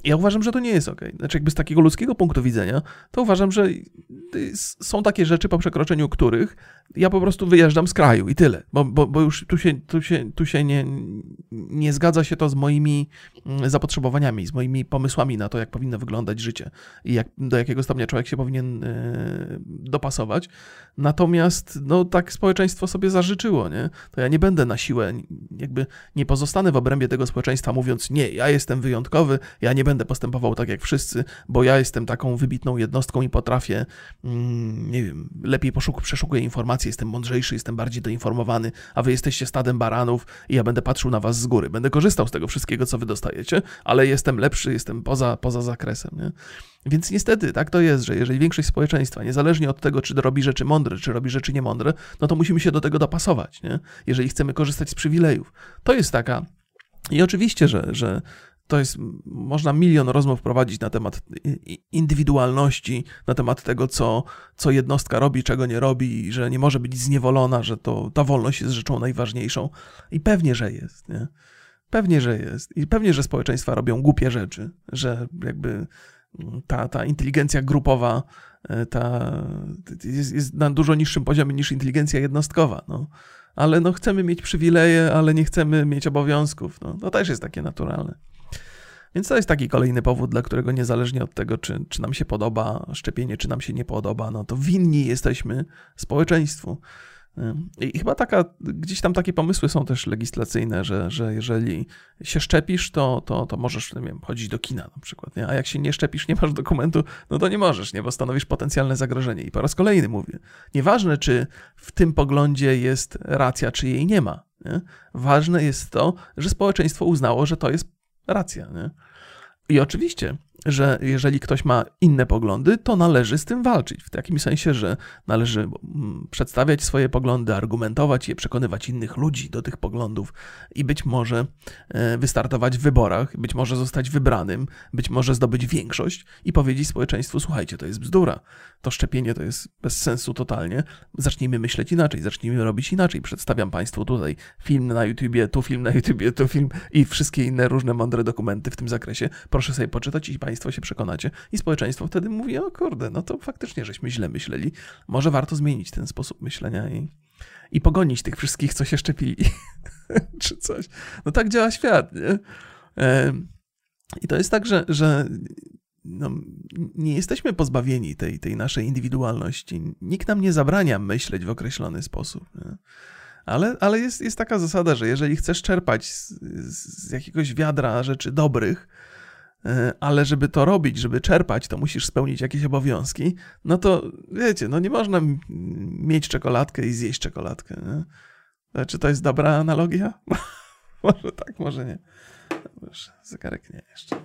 Ja uważam, że to nie jest okej. Znaczy jakby z takiego ludzkiego punktu widzenia, to uważam, że są takie rzeczy, po przekroczeniu których ja po prostu wyjeżdżam z kraju i tyle, bo już tu się nie zgadza się to z moimi zapotrzebowaniami, z moimi pomysłami na to, jak powinno wyglądać życie i do jakiego stopnia człowiek się powinien dopasować. Natomiast no tak społeczeństwo sobie zażyczyło, nie? To ja nie będę na siłę, jakby nie pozostanę w obrębie tego społeczeństwa mówiąc, nie, ja jestem wyjątkowy, ja nie będę postępował tak jak wszyscy, bo ja jestem taką wybitną jednostką i potrafię, nie wiem, lepiej przeszukuję informacje, jestem mądrzejszy, jestem bardziej doinformowany, a wy jesteście stadem baranów i ja będę patrzył na was z góry. Będę korzystał z tego wszystkiego, co wy dostajecie, ale jestem lepszy, jestem poza zakresem, nie? Więc niestety tak to jest, że jeżeli większość społeczeństwa, niezależnie od tego, czy robi rzeczy mądre, czy robi rzeczy niemądre, no to musimy się do tego dopasować, nie? Jeżeli chcemy korzystać z przywilejów. To jest taka... I oczywiście, że to jest, można milion rozmów prowadzić na temat indywidualności, na temat tego, co jednostka robi, czego nie robi, że nie może być zniewolona, że ta wolność jest rzeczą najważniejszą. I pewnie, że jest, nie? Pewnie, że jest. I pewnie, że społeczeństwa robią głupie rzeczy, że jakby ta inteligencja grupowa jest na dużo niższym poziomie niż inteligencja jednostkowa, no. Ale no chcemy mieć przywileje, ale nie chcemy mieć obowiązków. No, to też jest takie naturalne. Więc to jest taki kolejny powód, dla którego niezależnie od tego, czy nam się podoba szczepienie, czy nam się nie podoba, no to winni jesteśmy społeczeństwu. I chyba gdzieś tam takie pomysły są też legislacyjne, że jeżeli się szczepisz, to możesz, nie wiem, chodzić do kina na przykład, nie? A jak się nie szczepisz, nie masz dokumentu, no to nie możesz, nie? Bo stanowisz potencjalne zagrożenie. I po raz kolejny mówię, nieważne, czy w tym poglądzie jest racja, czy jej nie ma, nie? Ważne jest to, że społeczeństwo uznało, że to jest racja, nie? I oczywiście, że jeżeli ktoś ma inne poglądy, to należy z tym walczyć. W takim sensie, że należy przedstawiać swoje poglądy, argumentować je, przekonywać innych ludzi do tych poglądów i być może wystartować w wyborach, być może zostać wybranym, być może zdobyć większość i powiedzieć społeczeństwu, słuchajcie, to jest bzdura, to szczepienie to jest bez sensu totalnie, zacznijmy myśleć inaczej, zacznijmy robić inaczej. Przedstawiam państwu tutaj film na YouTubie, tu film i wszystkie inne różne mądre dokumenty w tym zakresie. Proszę sobie poczytać i państwo się przekonacie. I społeczeństwo wtedy mówi, o kurde, no to faktycznie żeśmy źle myśleli. Może warto zmienić ten sposób myślenia i pogonić tych wszystkich, co się szczepili. Czy coś. No tak działa świat, nie? I to jest tak, że no, nie jesteśmy pozbawieni tej naszej indywidualności. Nikt nam nie zabrania myśleć w określony sposób, nie? Ale jest taka zasada, że jeżeli chcesz czerpać z jakiegoś wiadra rzeczy dobrych, ale żeby to robić, żeby czerpać, to musisz spełnić jakieś obowiązki, no to wiecie, no nie można mieć czekoladkę i zjeść czekoladkę. Nie? Czy to jest dobra analogia? Może tak, może nie. Dobrze, zegarek nie jeszcze.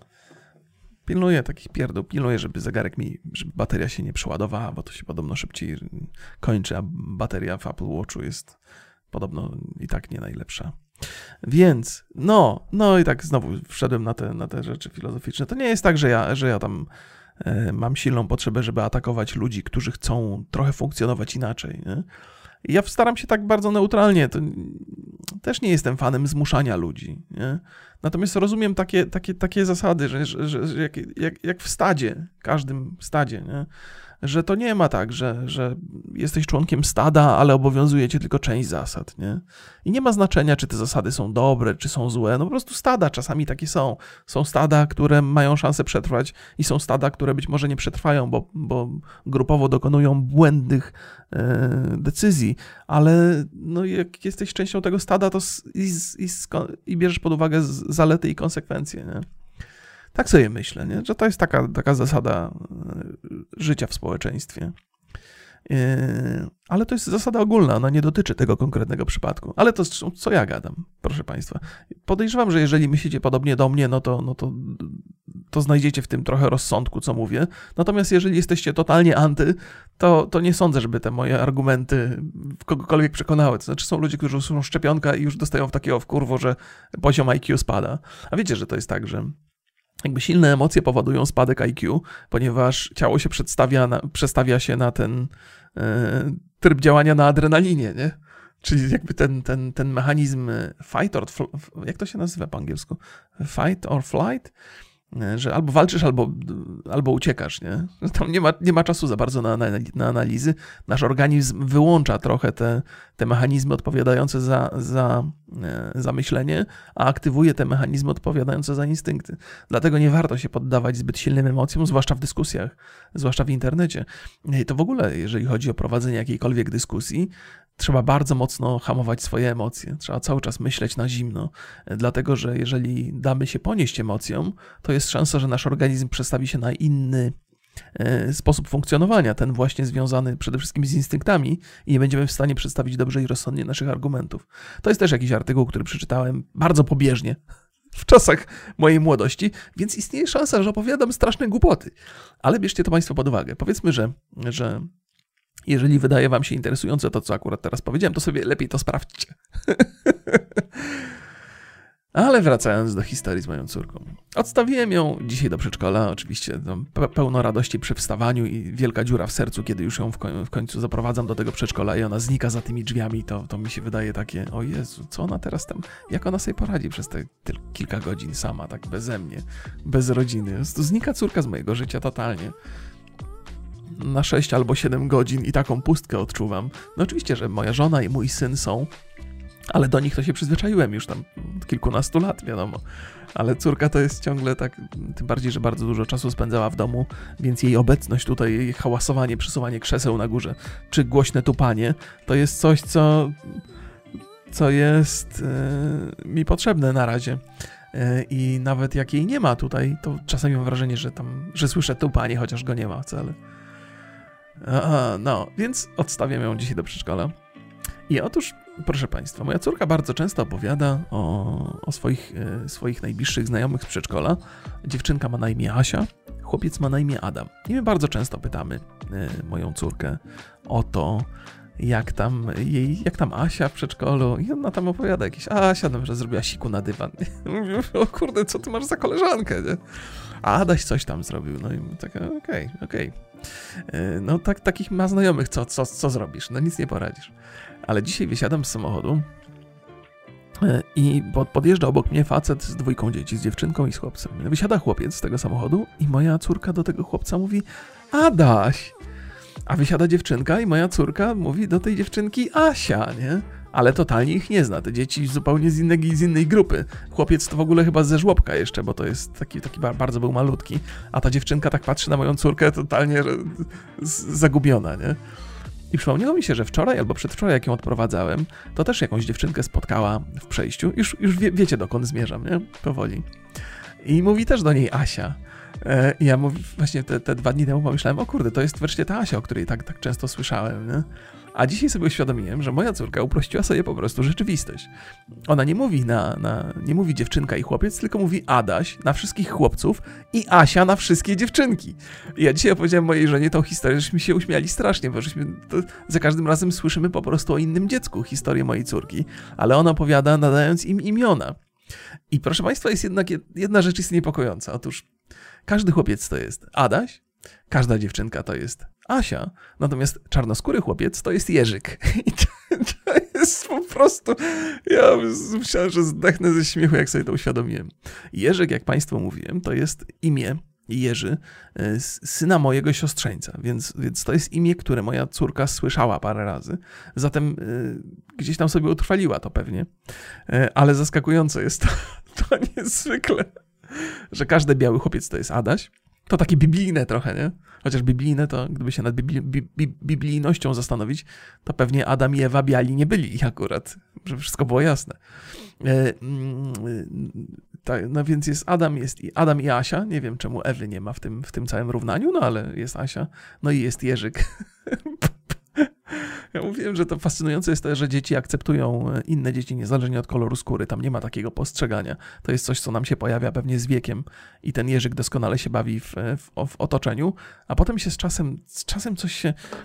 Pilnuję takich pierdół, żeby zegarek żeby bateria się nie przeładowała, bo to się podobno szybciej kończy, a bateria w Apple Watchu jest podobno i tak nie najlepsza. Więc, no i tak znowu wszedłem na te rzeczy filozoficzne. To nie jest tak, że ja tam mam silną potrzebę, żeby atakować ludzi, którzy chcą trochę funkcjonować inaczej, nie? Ja staram się tak bardzo neutralnie, to też nie jestem fanem zmuszania ludzi, nie? Natomiast rozumiem takie zasady, że jak w stadzie, każdym stadzie, nie? Że to nie ma tak, że jesteś członkiem stada, ale obowiązuje cię tylko część zasad, nie? I nie ma znaczenia, czy te zasady są dobre, czy są złe, no po prostu stada czasami takie są. Są stada, które mają szansę przetrwać i są stada, które być może nie przetrwają, bo grupowo dokonują błędnych decyzji, ale no jak jesteś częścią tego stada, to i bierzesz pod uwagę zalety i konsekwencje, nie? Tak sobie myślę, nie? Że to jest taka zasada życia w społeczeństwie. Ale to jest zasada ogólna, ona nie dotyczy tego konkretnego przypadku. Ale to co ja gadam, proszę państwa. Podejrzewam, że jeżeli myślicie podobnie do mnie, no to znajdziecie w tym trochę rozsądku, co mówię. Natomiast jeżeli jesteście totalnie anty, to nie sądzę, żeby te moje argumenty kogokolwiek przekonały. To znaczy są ludzie, którzy usłyszą szczepionkę i już dostają takiego wkurwu, że poziom IQ spada. A wiecie, że to jest tak, że jakby silne emocje powodują spadek IQ, ponieważ ciało się przestawia się na ten tryb działania na adrenalinie, nie? Czyli jakby ten mechanizm fight or jak to się nazywa po angielsku? Fight or flight? że albo walczysz, albo uciekasz, nie? Że tam nie ma czasu za bardzo na analizy. Nasz organizm wyłącza trochę te mechanizmy odpowiadające za myślenie, a aktywuje te mechanizmy odpowiadające za instynkty. Dlatego nie warto się poddawać zbyt silnym emocjom, zwłaszcza w dyskusjach, zwłaszcza w internecie. I to w ogóle, jeżeli chodzi o prowadzenie jakiejkolwiek dyskusji, trzeba bardzo mocno hamować swoje emocje. Trzeba cały czas myśleć na zimno, dlatego że jeżeli damy się ponieść emocjom, to jest szansa, że nasz organizm przestawi się na inny sposób funkcjonowania, ten właśnie związany przede wszystkim z instynktami i nie będziemy w stanie przedstawić dobrze i rozsądnie naszych argumentów. To jest też jakiś artykuł, który przeczytałem bardzo pobieżnie w czasach mojej młodości, więc istnieje szansa, że opowiadam straszne głupoty. Ale bierzcie to Państwo pod uwagę. Powiedzmy, że jeżeli wydaje wam się interesujące to, co akurat teraz powiedziałem, to sobie lepiej to sprawdźcie. Ale wracając do historii z moją córką. Odstawiłem ją dzisiaj do przedszkola, oczywiście pełno radości przy wstawaniu i wielka dziura w sercu, kiedy już ją w końcu zaprowadzam do tego przedszkola i ona znika za tymi drzwiami, to mi się wydaje takie, o Jezu, co ona teraz tam, jak ona sobie poradzi przez te kilka godzin sama, tak beze mnie, bez rodziny. To znika córka z mojego życia totalnie. Na 6 albo 7 godzin i taką pustkę odczuwam. No oczywiście, że moja żona i mój syn są, ale do nich to się przyzwyczaiłem już tam od kilkunastu lat, wiadomo. Ale córka to jest ciągle tak, tym bardziej, że bardzo dużo czasu spędzała w domu, więc jej obecność tutaj, jej hałasowanie, przesuwanie krzeseł na górze, czy głośne tupanie, to jest coś, co jest mi potrzebne na razie. I nawet jak jej nie ma tutaj, to czasami mam wrażenie, że słyszę tupanie, chociaż go nie ma wcale. No, więc odstawiam ją dzisiaj do przedszkola. I otóż, proszę Państwa, moja córka bardzo często opowiada o swoich najbliższych znajomych z przedszkola. Dziewczynka ma na imię Asia, chłopiec ma na imię Adam. I my bardzo często pytamy moją córkę o to, jak tam Asia w przedszkolu. I ona tam opowiada jakieś, Asia że zrobiła siku na dywan. Mówię, o kurde, co ty masz za koleżankę, nie? A Adaś coś tam zrobił. No i taka, okej. No takich ma znajomych, co zrobisz? No nic nie poradzisz. Ale dzisiaj wysiadam z samochodu i podjeżdża obok mnie facet z 2 dzieci, z dziewczynką i z chłopcem. Wysiada chłopiec z tego samochodu i moja córka do tego chłopca mówi, Adaś! A wysiada dziewczynka i moja córka mówi do tej dziewczynki Asia, nie? Ale totalnie ich nie zna, te dzieci zupełnie z innej grupy. Chłopiec to w ogóle chyba ze żłobka jeszcze, bo to jest taki bardzo był malutki, a ta dziewczynka tak patrzy na moją córkę totalnie zagubiona, nie? I przypomniało mi się, że wczoraj albo przedwczoraj, jak ją odprowadzałem, to też jakąś dziewczynkę spotkała w przejściu. Już wiecie, dokąd zmierzam, nie? Powoli. I mówi też do niej Asia. I ja właśnie te 2 dni temu pomyślałem, o kurde, to jest wreszcie ta Asia, o której tak często słyszałem, nie? A dzisiaj sobie uświadomiłem, że moja córka uprościła sobie po prostu rzeczywistość. Ona nie mówi nie mówi dziewczynka i chłopiec, tylko mówi Adaś na wszystkich chłopców i Asia na wszystkie dziewczynki. I ja dzisiaj opowiedziałem mojej żonie tą historię, żeśmy się uśmiali strasznie, bo za każdym razem słyszymy po prostu o innym dziecku historię mojej córki, ale ona opowiada nadając im imiona. I proszę Państwa, jest jednak jedna rzecz jest niepokojąca. Otóż każdy chłopiec to jest Adaś, każda dziewczynka to jest Asia, natomiast czarnoskóry chłopiec to jest Jerzyk. I to jest po prostu... Ja myślałem, że zdechnę ze śmiechu, jak sobie to uświadomiłem. Jerzyk, jak Państwu mówiłem, to jest imię Jerzy, syna mojego siostrzeńca, więc to jest imię, które moja córka słyszała parę razy. Zatem gdzieś tam sobie utrwaliła to pewnie. Ale zaskakujące jest to niezwykle, że każdy biały chłopiec to jest Adaś. To takie biblijne trochę, nie? Chociaż biblijne to, gdyby się nad biblijnością zastanowić, to pewnie Adam i Ewa biali nie byli akurat, żeby wszystko było jasne. No więc jest Adam i Asia. Nie wiem, czemu Ewy nie ma w tym całym równaniu, no ale jest Asia. No i jest Jerzyk. Ja mówiłem, że to fascynujące jest to, że dzieci akceptują inne dzieci niezależnie od koloru skóry. Tam nie ma takiego postrzegania. To jest coś, co nam się pojawia pewnie z wiekiem i ten Jerzyk doskonale się bawi w otoczeniu, a potem się z czasem coś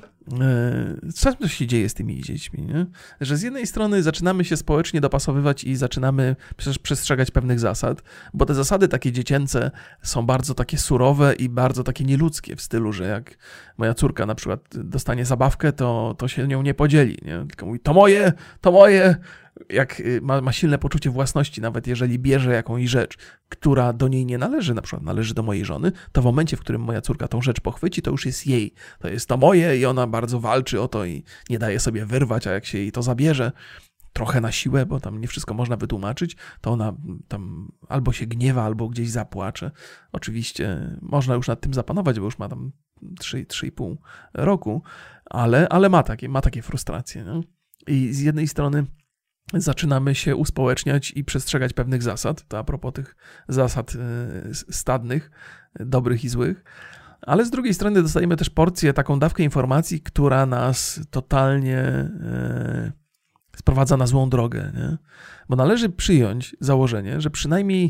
się dzieje z tymi dziećmi, nie? Że z jednej strony zaczynamy się społecznie dopasowywać i zaczynamy przestrzegać pewnych zasad, bo te zasady takie dziecięce są bardzo takie surowe i bardzo takie nieludzkie w stylu, że jak moja córka na przykład dostanie zabawkę, to się nią nie podzieli, nie? Tylko mówi, to moje, ma silne poczucie własności, nawet jeżeli bierze jakąś rzecz, która do niej nie należy, na przykład należy do mojej żony, to w momencie, w którym moja córka tą rzecz pochwyci, to już jest jej. To jest to moje i ona bardzo walczy o to i nie daje sobie wyrwać, a jak się jej to zabierze, trochę na siłę, bo tam nie wszystko można wytłumaczyć, to ona tam albo się gniewa, albo gdzieś zapłacze. Oczywiście można już nad tym zapanować, bo już ma tam 3,5 roku, ale ma takie frustracje. No? I z jednej strony zaczynamy się uspołeczniać i przestrzegać pewnych zasad, to a propos tych zasad stadnych, dobrych i złych, ale z drugiej strony dostajemy też porcję, taką dawkę informacji, która nas totalnie sprowadza na złą drogę, nie? Bo należy przyjąć założenie, że przynajmniej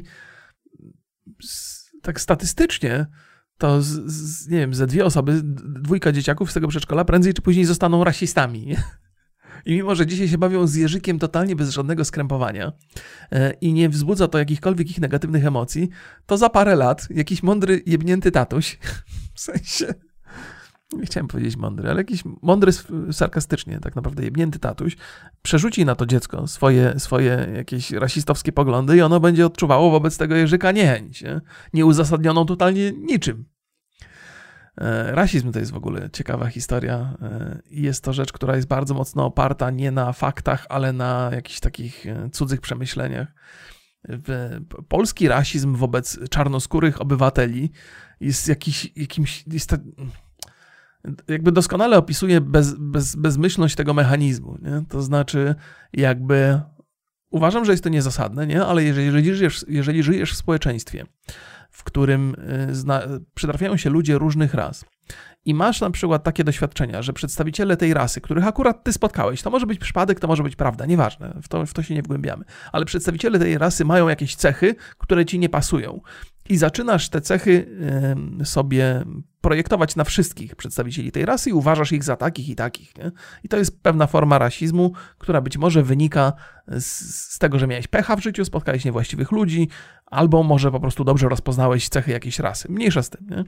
tak statystycznie to nie wiem, ze 2 osoby, 2 dzieciaków z tego przedszkola prędzej czy później zostaną rasistami. Nie? I mimo, że dzisiaj się bawią z jeżykiem totalnie bez żadnego skrępowania i nie wzbudza to jakichkolwiek ich negatywnych emocji, to za parę lat jakiś mądry, jebnięty tatuś, w sensie, nie chciałem powiedzieć mądry, ale jakiś mądry sarkastycznie, tak naprawdę jebnięty tatuś, przerzuci na to dziecko swoje jakieś rasistowskie poglądy i ono będzie odczuwało wobec tego jeżyka niechęć, nieuzasadnioną totalnie niczym. Rasizm to jest w ogóle ciekawa historia i jest to rzecz, która jest bardzo mocno oparta nie na faktach, ale na jakichś takich cudzych przemyśleniach. Polski rasizm wobec czarnoskórych obywateli jest jakby doskonale opisuje bezmyślność tego mechanizmu, nie? To znaczy jakby uważam, że jest to niezasadne, nie? Ale jeżeli żyjesz w społeczeństwie, w którym przytrafiają się ludzie różnych ras i masz na przykład takie doświadczenia, że przedstawiciele tej rasy, których akurat ty spotkałeś, to może być przypadek, to może być prawda, nieważne, w to się nie wgłębiamy, ale przedstawiciele tej rasy mają jakieś cechy, które ci nie pasują i zaczynasz te cechy sobie projektować na wszystkich przedstawicieli tej rasy i uważasz ich za takich i takich. Nie? I to jest pewna forma rasizmu, która być może wynika z tego, że miałeś pecha w życiu, spotkałeś niewłaściwych ludzi, albo może po prostu dobrze rozpoznałeś cechy jakiejś rasy. Mniejsza z tym, nie?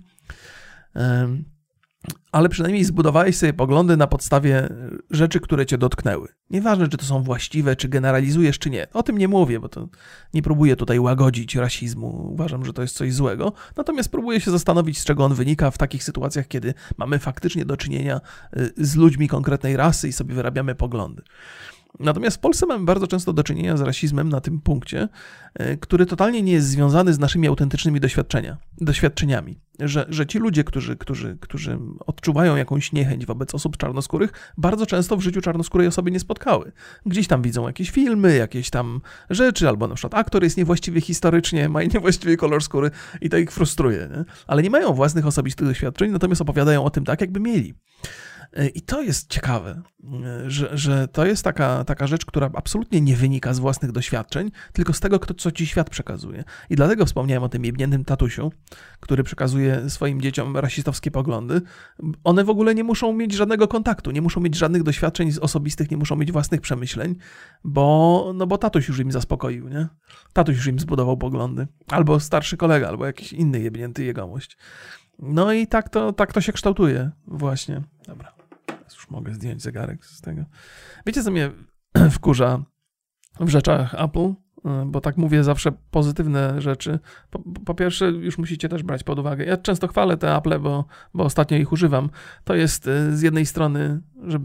Ale przynajmniej zbudowałeś sobie poglądy na podstawie rzeczy, które cię dotknęły. Nieważne, czy to są właściwe, czy generalizujesz, czy nie. O tym nie mówię, bo to nie próbuję tutaj łagodzić rasizmu. Uważam, że to jest coś złego. Natomiast próbuję się zastanowić, z czego on wynika w takich sytuacjach, kiedy mamy faktycznie do czynienia z ludźmi konkretnej rasy i sobie wyrabiamy poglądy. Natomiast w Polsce mamy bardzo często do czynienia z rasizmem na tym punkcie, który totalnie nie jest związany z naszymi autentycznymi doświadczeniami. Że ci ludzie, którzy odczuwają jakąś niechęć wobec osób czarnoskórych, bardzo często w życiu czarnoskórej osoby nie spotkały. Gdzieś tam widzą jakieś filmy, jakieś tam rzeczy, albo na przykład aktor jest niewłaściwy historycznie, ma niewłaściwy kolor skóry i to ich frustruje. Nie? Ale nie mają własnych osobistych doświadczeń, natomiast opowiadają o tym tak, jakby mieli. I to jest ciekawe, że to jest taka rzecz, która absolutnie nie wynika z własnych doświadczeń, tylko z tego, co ci świat przekazuje. I dlatego wspomniałem o tym jebniętym tatusiu, który przekazuje swoim dzieciom rasistowskie poglądy. One w ogóle nie muszą mieć żadnego kontaktu, nie muszą mieć żadnych doświadczeń osobistych, nie muszą mieć własnych przemyśleń, bo tatuś już im zaspokoił, nie? Tatuś już im zbudował poglądy. Albo starszy kolega, albo jakiś inny jebnięty jegomość. No i tak to się kształtuje właśnie. Dobra, teraz już mogę zdjąć zegarek z tego. Wiecie, co mnie wkurza w rzeczach Apple? Bo tak mówię zawsze pozytywne rzeczy. Po pierwsze, już musicie też brać pod uwagę. Ja często chwalę te Apple, bo ostatnio ich używam. To jest z jednej strony,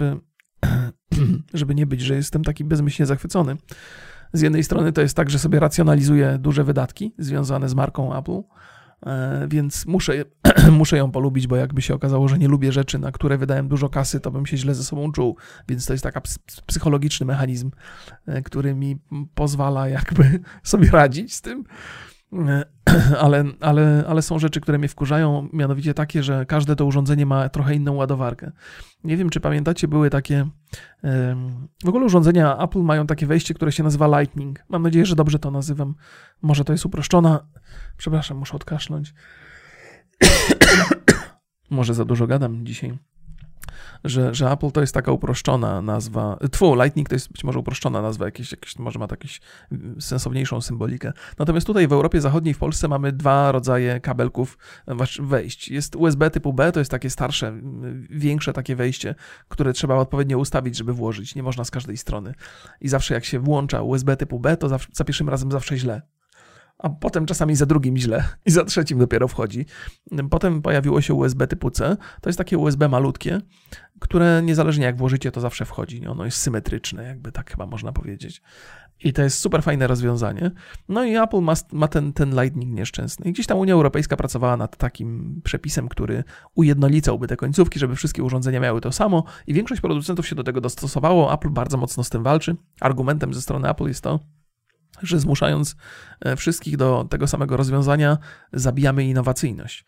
żeby nie być, że jestem taki bezmyślnie zachwycony. Z jednej strony to jest tak, że sobie racjonalizuję duże wydatki związane z marką Apple, więc muszę ją polubić, bo jakby się okazało, że nie lubię rzeczy, na które wydałem dużo kasy, to bym się źle ze sobą czuł, więc to jest taki psychologiczny mechanizm, który mi pozwala jakby sobie radzić z tym, ale są rzeczy, które mnie wkurzają, mianowicie takie, że każde to urządzenie ma trochę inną ładowarkę. Nie wiem, czy pamiętacie, były takie... W ogóle urządzenia Apple mają takie wejście, które się nazywa Lightning. Mam nadzieję, że dobrze to nazywam. Może to jest uproszczona... Przepraszam, muszę odkaszlnąć. Może za dużo gadam dzisiaj. że Apple to jest taka uproszczona nazwa, Lightning to jest być może uproszczona nazwa, może ma jakąś sensowniejszą symbolikę. Natomiast tutaj w Europie Zachodniej, w Polsce mamy dwa rodzaje kabelków wejść. Jest USB typu B, to jest takie starsze, większe takie wejście, które trzeba odpowiednio ustawić, żeby włożyć. Nie można z każdej strony. I zawsze jak się włącza USB typu B, to za pierwszym razem zawsze źle. A potem czasami za drugim źle i za trzecim dopiero wchodzi. Potem pojawiło się USB typu C. To jest takie USB malutkie, które niezależnie jak włożycie, to zawsze wchodzi. Ono jest symetryczne, jakby tak chyba można powiedzieć. I to jest super fajne rozwiązanie. No i Apple ma ten Lightning nieszczęsny. I gdzieś tam Unia Europejska pracowała nad takim przepisem, który ujednolicałby te końcówki, żeby wszystkie urządzenia miały to samo i większość producentów się do tego dostosowało. Apple bardzo mocno z tym walczy. Argumentem ze strony Apple jest to, że zmuszając wszystkich do tego samego rozwiązania, zabijamy innowacyjność.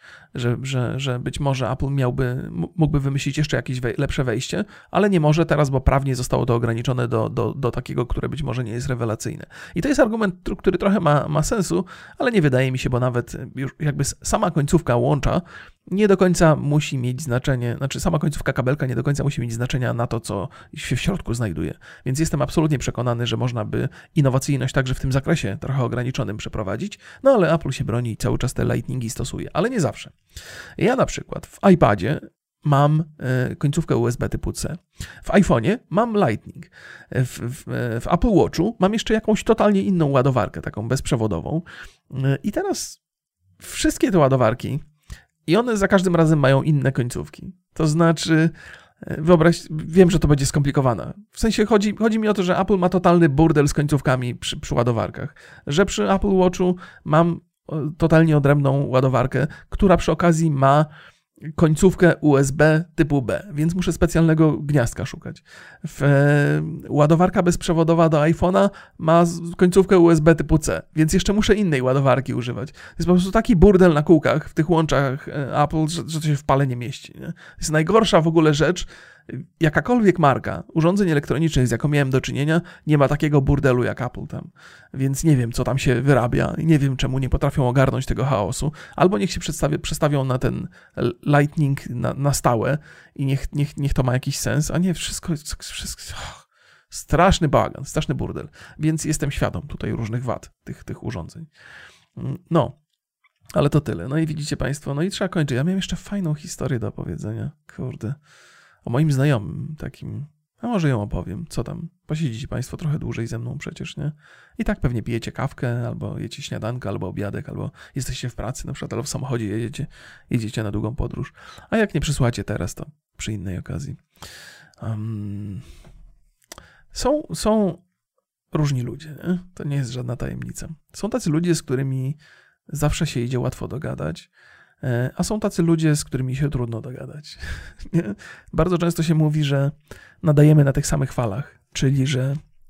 Że być może Apple mógłby wymyślić jeszcze jakieś lepsze wejście, ale nie może teraz, bo prawnie zostało to ograniczone do takiego, które być może nie jest rewelacyjne. I to jest argument, który trochę ma sensu, ale nie wydaje mi się, bo nawet już jakby sama końcówka łącza nie do końca musi mieć znaczenie, znaczy sama końcówka kabelka nie do końca musi mieć znaczenia na to, co się w środku znajduje. Więc jestem absolutnie przekonany, że można by innowacyjność także w tym zakresie trochę ograniczonym przeprowadzić, no ale Apple się broni i cały czas te Lightningi stosuje, ale nie zawsze. Ja na przykład w iPadzie mam końcówkę USB typu C. W iPhone'ie mam Lightning. W Apple Watchu mam jeszcze jakąś totalnie inną ładowarkę, taką bezprzewodową. I teraz wszystkie te ładowarki i one za każdym razem mają inne końcówki. To znaczy, wiem, że to będzie skomplikowane. W sensie chodzi mi o to, że Apple ma totalny burdel z końcówkami przy ładowarkach. Że przy Apple Watchu mam totalnie odrębną ładowarkę, która przy okazji ma końcówkę USB typu B, więc muszę specjalnego gniazdka szukać. Ładowarka bezprzewodowa do iPhone'a ma końcówkę USB typu C, więc jeszcze muszę innej ładowarki używać. To jest po prostu taki burdel na kółkach w tych łączach Apple, że to się w pale nie mieści. Nie? To jest najgorsza w ogóle rzecz. Jakakolwiek marka urządzeń elektronicznych, z jaką miałem do czynienia, nie ma takiego burdelu jak Apple tam. Więc nie wiem, co tam się wyrabia i nie wiem, czemu nie potrafią ogarnąć tego chaosu. Albo niech się przestawią na ten Lightning na stałe i niech to ma jakiś sens, a nie wszystko straszny bałagan, straszny burdel. Więc jestem świadom tutaj różnych wad tych urządzeń. No, ale to tyle. No i widzicie Państwo, no i trzeba kończyć. Ja miałem jeszcze fajną historię do opowiedzenia. Kurde. O moim znajomym takim, a może ją opowiem, co tam, posiedzicie Państwo trochę dłużej ze mną przecież, nie? I tak pewnie pijecie kawkę, albo jecie śniadankę, albo obiadek, albo jesteście w pracy na przykład, albo w samochodzie jedziecie na długą podróż. A jak nie przysłuchacie teraz, to przy innej okazji. Są różni ludzie, nie? To nie jest żadna tajemnica. Są tacy ludzie, z którymi zawsze się idzie łatwo dogadać, a są tacy ludzie, z którymi się trudno dogadać. Nie? Bardzo często się mówi, że nadajemy na tych samych falach, czyli że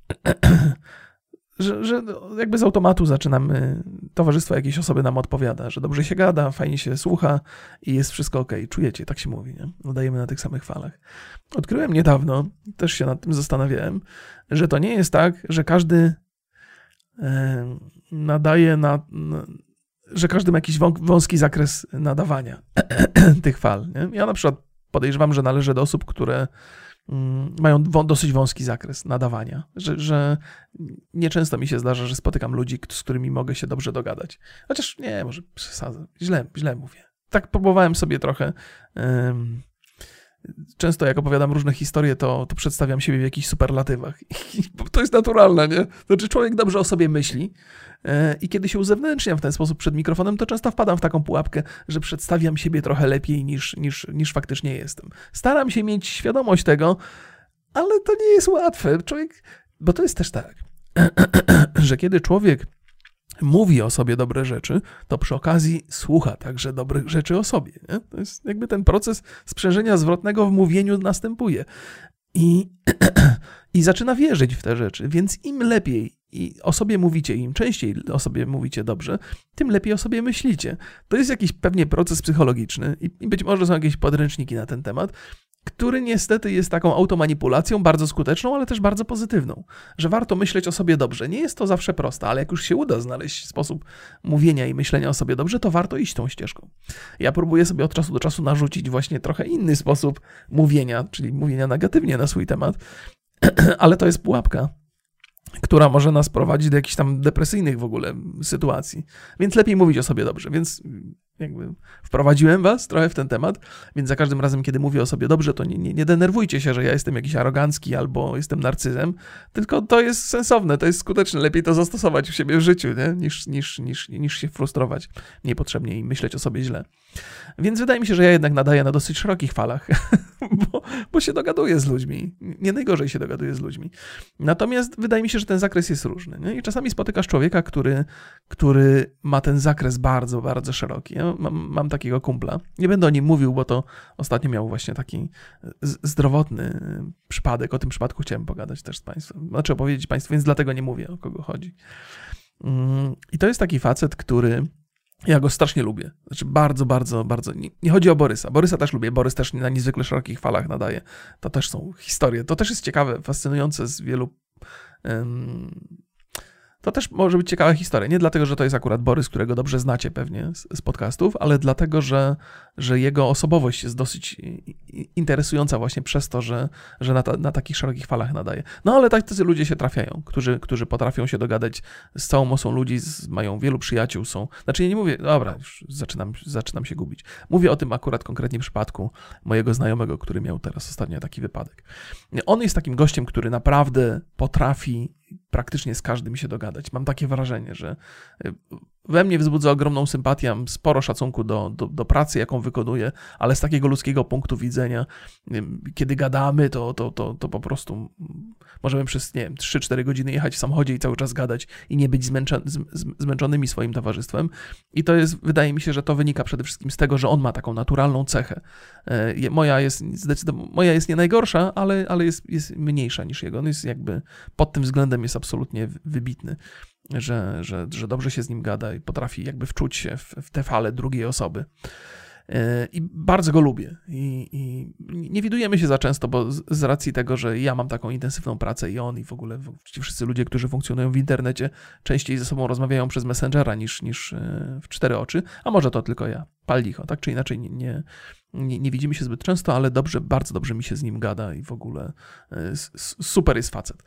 jakby z automatu zaczynamy, towarzystwo jakiejś osoby nam odpowiada, że dobrze się gada, fajnie się słucha i jest wszystko okej. Czujecie, tak się mówi, nie? Nadajemy na tych samych falach. Odkryłem niedawno, też się nad tym zastanawiałem, że to nie jest tak, że każdy nadaje że każdy ma jakiś wąski zakres nadawania tych fal. Nie? Ja na przykład podejrzewam, że należę do osób, które mają dosyć wąski zakres nadawania, że nieczęsto mi się zdarza, że spotykam ludzi, z którymi mogę się dobrze dogadać. Chociaż nie, może przesadzę, źle mówię. Tak próbowałem sobie trochę. Często jak opowiadam różne historie, to przedstawiam siebie w jakichś superlatywach. To jest naturalne, nie? Znaczy człowiek dobrze o sobie myśli i kiedy się uzewnętrzniam w ten sposób przed mikrofonem, to często wpadam w taką pułapkę, że przedstawiam siebie trochę lepiej niż faktycznie jestem. Staram się mieć świadomość tego, ale to nie jest łatwe. Bo to jest też tak, że kiedy człowiek mówi o sobie dobre rzeczy, to przy okazji słucha także dobrych rzeczy o sobie. Nie? To jest jakby ten proces sprzężenia zwrotnego w mówieniu następuje. I zaczyna wierzyć w te rzeczy, więc im lepiej o sobie mówicie, im częściej o sobie mówicie dobrze, tym lepiej o sobie myślicie. To jest jakiś pewnie proces psychologiczny i być może są jakieś podręczniki na ten temat, który niestety jest taką automanipulacją bardzo skuteczną, ale też bardzo pozytywną, że warto myśleć o sobie dobrze. Nie jest to zawsze proste, ale jak już się uda znaleźć sposób mówienia i myślenia o sobie dobrze, to warto iść tą ścieżką. Ja próbuję sobie od czasu do czasu narzucić właśnie trochę inny sposób mówienia, czyli mówienia negatywnie na swój temat, ale to jest pułapka, która może nas prowadzić do jakichś tam depresyjnych w ogóle sytuacji. Więc lepiej mówić o sobie dobrze. Więc jakby wprowadziłem was trochę w ten temat, więc za każdym razem, kiedy mówię o sobie dobrze, to nie denerwujcie się, że ja jestem jakiś arogancki albo jestem narcyzem, tylko to jest sensowne, to jest skuteczne. Lepiej to zastosować u siebie w życiu, nie? Niż się frustrować niepotrzebnie i myśleć o sobie źle. Więc wydaje mi się, że ja jednak nadaję na dosyć szerokich falach, bo się dogaduję z ludźmi. Nie najgorzej się dogaduję z ludźmi. Natomiast wydaje mi się, że ten zakres jest różny. Nie? I czasami spotykasz człowieka, który ma ten zakres bardzo, bardzo szeroki. Ja mam takiego kumpla. Nie będę o nim mówił, bo to ostatnio miał właśnie taki zdrowotny przypadek. O tym przypadku chciałem pogadać też z państwem. Znaczy opowiedzieć państwu, więc dlatego nie mówię, o kogo chodzi. I to jest taki facet, który... Ja go strasznie lubię. Znaczy bardzo, bardzo, bardzo. Nie chodzi o Borysa. Borysa też lubię. Borys też na niezwykle szerokich falach nadaje. To też są historie. To też jest ciekawe, fascynujące z wielu... To też może być ciekawa historia. Nie dlatego, że to jest akurat Borys, którego dobrze znacie pewnie z podcastów, ale dlatego, że jego osobowość jest dosyć interesująca właśnie przez to, że na takich szerokich falach nadaje. No ale tacy ludzie się trafiają, którzy potrafią się dogadać z całą masą ludzi, mają wielu przyjaciół, są... Znaczy ja nie mówię, dobra, już zaczynam się gubić. Mówię o tym akurat konkretnie przypadku mojego znajomego, który miał teraz ostatnio taki wypadek. On jest takim gościem, który naprawdę potrafi praktycznie z każdym się dogadać. Mam takie wrażenie, że we mnie wzbudza ogromną sympatię, mam sporo szacunku do pracy, jaką wykonuję, ale z takiego ludzkiego punktu widzenia, kiedy gadamy, to po prostu możemy przez, nie wiem, 3-4 godziny jechać w samochodzie i cały czas gadać i nie być zmęczonymi swoim towarzystwem. I to jest, wydaje mi się, że to wynika przede wszystkim z tego, że on ma taką naturalną cechę. Moja jest nie najgorsza, ale jest mniejsza niż jego. On jest jakby pod tym względem jest absolutnie wybitny, że dobrze się z nim gada i potrafi jakby wczuć się w te fale drugiej osoby. I bardzo go lubię. I nie widujemy się za często, bo z racji tego, że ja mam taką intensywną pracę i on i w ogóle ci wszyscy ludzie, którzy funkcjonują w internecie, częściej ze sobą rozmawiają przez Messengera niż w 4 oczy, a może to tylko ja. Pal licho, tak czy inaczej nie widzimy się zbyt często, ale bardzo dobrze mi się z nim gada i w ogóle super jest facet.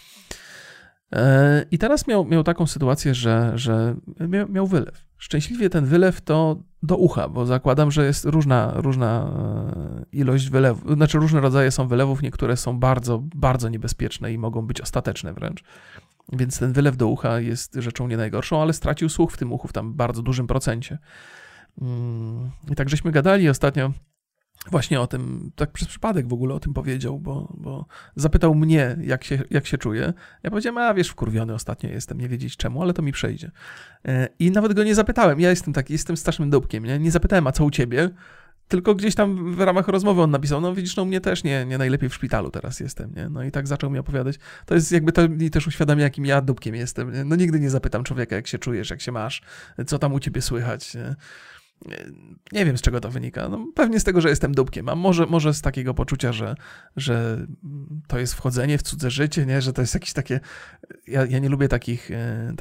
I teraz miał taką sytuację, że miał wylew. Szczęśliwie ten wylew to do ucha, bo zakładam, że jest różna ilość wylewów, znaczy różne rodzaje są wylewów, niektóre są bardzo, bardzo niebezpieczne i mogą być ostateczne wręcz. Więc ten wylew do ucha jest rzeczą nie najgorszą, ale stracił słuch w tym uchu w tam bardzo dużym procencie. I tak żeśmy gadali ostatnio właśnie o tym, tak przez przypadek w ogóle o tym powiedział, bo zapytał mnie, jak się czuję. Ja powiedziałem, a wiesz, wkurwiony ostatnio jestem, nie wiedzieć czemu, ale to mi przejdzie. I nawet go nie zapytałem, ja jestem strasznym dupkiem, nie zapytałem, a co u ciebie? Tylko gdzieś tam w ramach rozmowy on napisał, no widzisz, no u mnie też nie najlepiej w szpitalu teraz jestem, nie? No i tak zaczął mi opowiadać. To jest jakby to mi też uświadamia, jakim ja dupkiem jestem, nie? No nigdy nie zapytam człowieka, jak się czujesz, jak się masz, co tam u ciebie słychać, nie? Nie wiem, z czego to wynika. No, pewnie z tego, że jestem dupkiem, a może z takiego poczucia, że to jest wchodzenie w cudze życie, nie? Że to jest jakieś takie... Ja nie lubię takich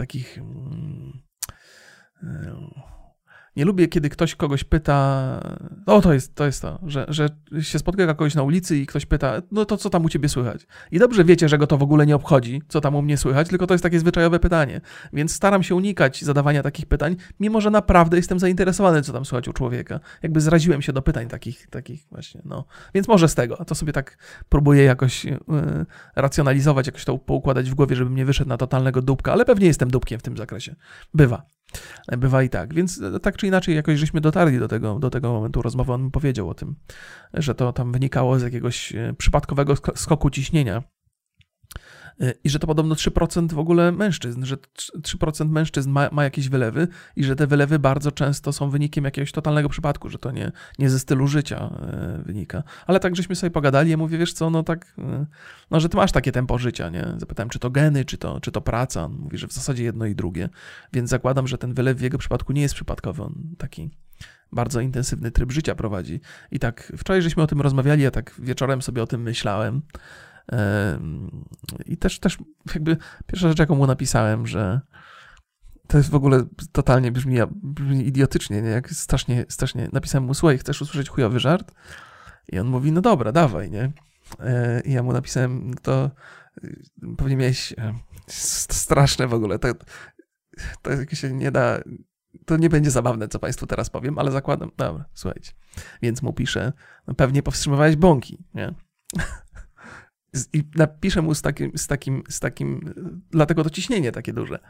nie lubię, kiedy ktoś kogoś pyta, to jest to, że się spotyka kogoś na ulicy i ktoś pyta, no to co tam u ciebie słychać? I dobrze wiecie, że go to w ogóle nie obchodzi, co tam u mnie słychać, tylko to jest takie zwyczajowe pytanie. Więc staram się unikać zadawania takich pytań, mimo że naprawdę jestem zainteresowany, co tam słychać u człowieka. Jakby zraziłem się do pytań takich właśnie, no. Więc może z tego, a to sobie tak próbuję jakoś racjonalizować, jakoś to poukładać w głowie, żebym nie wyszedł na totalnego dupka, ale pewnie jestem dupkiem w tym zakresie. Bywa i tak, więc tak czy inaczej jakoś żeśmy dotarli do tego momentu rozmowy, on mi powiedział o tym, że to tam wynikało z jakiegoś przypadkowego skoku ciśnienia i że to podobno 3% w ogóle mężczyzn, że 3% mężczyzn ma jakieś wylewy i że te wylewy bardzo często są wynikiem jakiegoś totalnego przypadku, że to nie ze stylu życia wynika. Ale tak żeśmy sobie pogadali, ja mówię, wiesz co, że ty masz takie tempo życia, nie? Zapytałem, czy to geny, czy to praca. On mówi, że w zasadzie jedno i drugie, więc zakładam, że ten wylew w jego przypadku nie jest przypadkowy, on taki bardzo intensywny tryb życia prowadzi. I tak wczoraj żeśmy o tym rozmawiali, ja tak wieczorem sobie o tym myślałem. I też jakby pierwsza rzecz, jaką mu napisałem, że to jest w ogóle totalnie brzmi idiotycznie, nie? Jak strasznie napisałem mu, słuchaj, chcesz usłyszeć chujowy żart? I on mówi, no dobra, dawaj, nie? I ja mu napisałem, to pewnie miałeś straszne w ogóle, to się nie da, to nie będzie zabawne, co państwu teraz powiem, ale zakładam, dobra, słuchajcie. Więc mu piszę, no pewnie powstrzymywałeś bąki, nie? I napiszę mu z takim, dlatego to ciśnienie takie duże.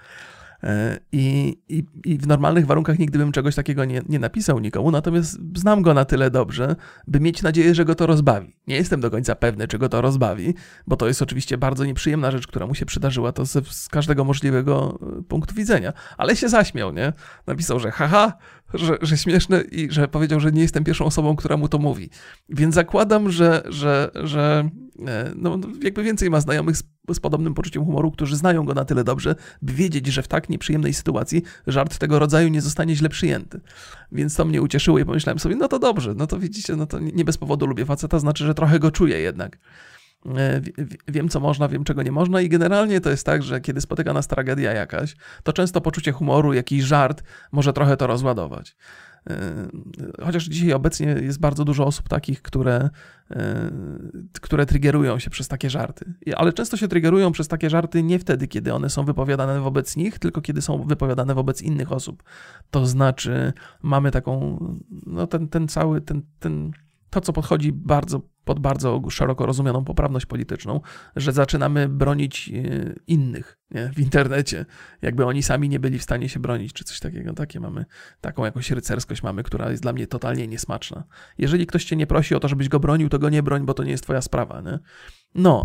I w normalnych warunkach nigdy bym czegoś takiego nie napisał nikomu, natomiast znam go na tyle dobrze, by mieć nadzieję, że go to rozbawi. Nie jestem do końca pewny, czy go to rozbawi, bo to jest oczywiście bardzo nieprzyjemna rzecz, która mu się przydarzyła, to z każdego możliwego punktu widzenia. Ale się zaśmiał, nie? Napisał, że haha, że śmieszne i że powiedział, że nie jestem pierwszą osobą, która mu to mówi. Więc zakładam, że no, jakby więcej ma znajomych z podobnym poczuciem humoru, którzy znają go na tyle dobrze, by wiedzieć, że w tak nieprzyjemnej sytuacji żart tego rodzaju nie zostanie źle przyjęty. Więc to mnie ucieszyło i pomyślałem sobie, no to dobrze, no to widzicie, no to nie bez powodu lubię faceta, znaczy, że trochę go czuję jednak. Wiem, co można, wiem, czego nie można i generalnie to jest tak, że kiedy spotyka nas tragedia jakaś, to często poczucie humoru, jakiś żart może trochę to rozładować. Chociaż dzisiaj obecnie jest bardzo dużo osób takich, które triggerują się przez takie żarty. Ale często się triggerują przez takie żarty nie wtedy, kiedy one są wypowiadane wobec nich, tylko kiedy są wypowiadane wobec innych osób. To znaczy mamy taką, no to, co podchodzi pod bardzo szeroko rozumianą poprawność polityczną, że zaczynamy bronić innych, nie? W internecie, jakby oni sami nie byli w stanie się bronić, czy coś takiego. Taką jakąś rycerskość mamy, która jest dla mnie totalnie niesmaczna. Jeżeli ktoś cię nie prosi o to, żebyś go bronił, to go nie broń, bo to nie jest twoja sprawa, nie? No,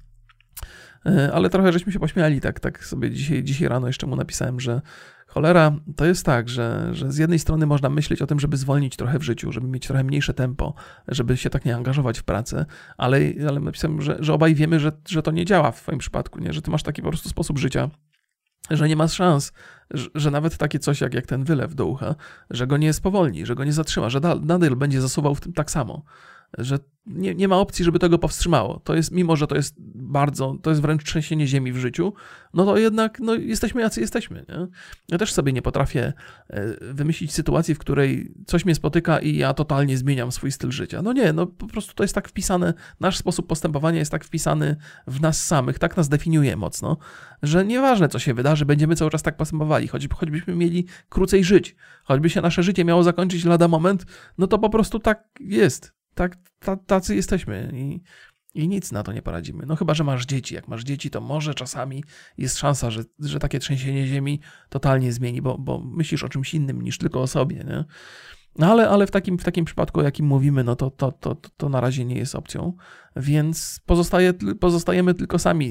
ale trochę żeśmy się pośmiali, tak sobie dzisiaj rano jeszcze mu napisałem, że cholera, to jest tak, że z jednej strony można myśleć o tym, żeby zwolnić trochę w życiu, żeby mieć trochę mniejsze tempo, żeby się tak nie angażować w pracę, ale napisałem, że obaj wiemy, że to nie działa w twoim przypadku, nie? Że ty masz taki po prostu sposób życia, że nie masz szans, że nawet takie coś jak ten wylew do ucha, że go nie spowolni, że go nie zatrzyma, że nadal będzie zasuwał w tym tak samo. Że nie ma opcji, żeby tego powstrzymało. To jest, mimo że to jest wręcz trzęsienie ziemi w życiu, no to jednak jesteśmy jacy jesteśmy, nie? Ja też sobie nie potrafię wymyślić sytuacji, w której coś mnie spotyka i ja totalnie zmieniam swój styl życia. No nie, no po prostu to jest tak wpisane, nasz sposób postępowania jest tak wpisany w nas samych, tak nas definiuje mocno, że nieważne co się wydarzy, będziemy cały czas tak postępowali, choćbyśmy mieli krócej żyć, choćby się nasze życie miało zakończyć lada moment, no to po prostu tak jest. Tacy jesteśmy i nic na to nie poradzimy. No chyba, że masz dzieci. Jak masz dzieci, to może czasami jest szansa, że takie trzęsienie ziemi totalnie zmieni, bo myślisz o czymś innym niż tylko o sobie, nie? No ale w takim przypadku, o jakim mówimy, no to na razie nie jest opcją, więc pozostajemy tylko sami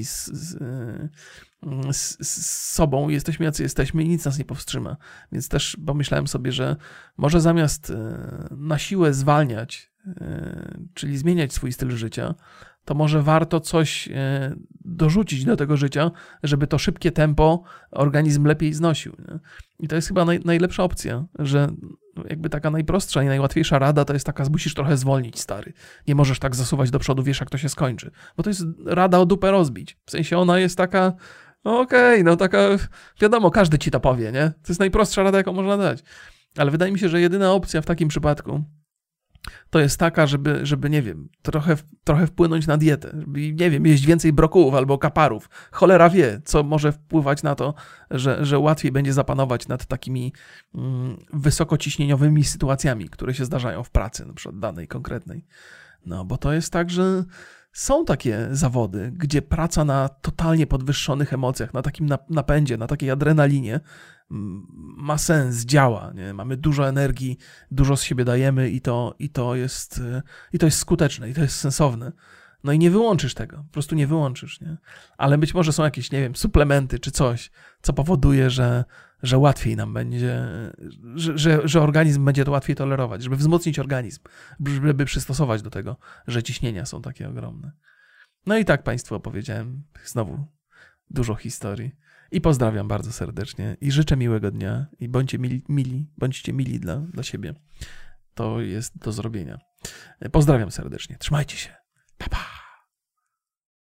z sobą, jesteśmy jacy jesteśmy i nic nas nie powstrzyma. Więc też pomyślałem sobie, że może zamiast na siłę zwalniać, czyli zmieniać swój styl życia, to może warto coś dorzucić do tego życia, żeby to szybkie tempo organizm lepiej znosił. Nie? I to jest chyba najlepsza opcja, że jakby taka najprostsza i najłatwiejsza rada to jest taka, musisz trochę zwolnić, stary. Nie możesz tak zasuwać do przodu, wiesz jak to się skończy. Bo to jest rada o dupę rozbić. W sensie ona jest taka, okej, no taka, wiadomo, każdy ci to powie, nie? To jest najprostsza rada, jaką można dać. Ale wydaje mi się, że jedyna opcja w takim przypadku to jest taka, żeby nie wiem, trochę wpłynąć na dietę, żeby, nie wiem, jeść więcej brokułów albo kaparów. Cholera wie, co może wpływać na to, że łatwiej będzie zapanować nad takimi wysokociśnieniowymi sytuacjami, które się zdarzają w pracy, na przykład danej, konkretnej. No, bo to jest tak, że są takie zawody, gdzie praca na totalnie podwyższonych emocjach, na takim napędzie, na takiej adrenalinie ma sens, działa. Nie? Mamy dużo energii, dużo z siebie dajemy i to jest skuteczne i to jest sensowne. No i nie wyłączysz tego, po prostu nie wyłączysz. Nie? Ale być może są jakieś, nie wiem, suplementy czy coś, co powoduje, że łatwiej nam będzie, że organizm będzie to łatwiej tolerować, żeby wzmocnić organizm, żeby przystosować do tego, że ciśnienia są takie ogromne. No i tak Państwu opowiedziałem znowu dużo historii. I pozdrawiam bardzo serdecznie i życzę miłego dnia i bądźcie mili dla siebie. To jest do zrobienia. Pozdrawiam serdecznie. Trzymajcie się. Pa, pa.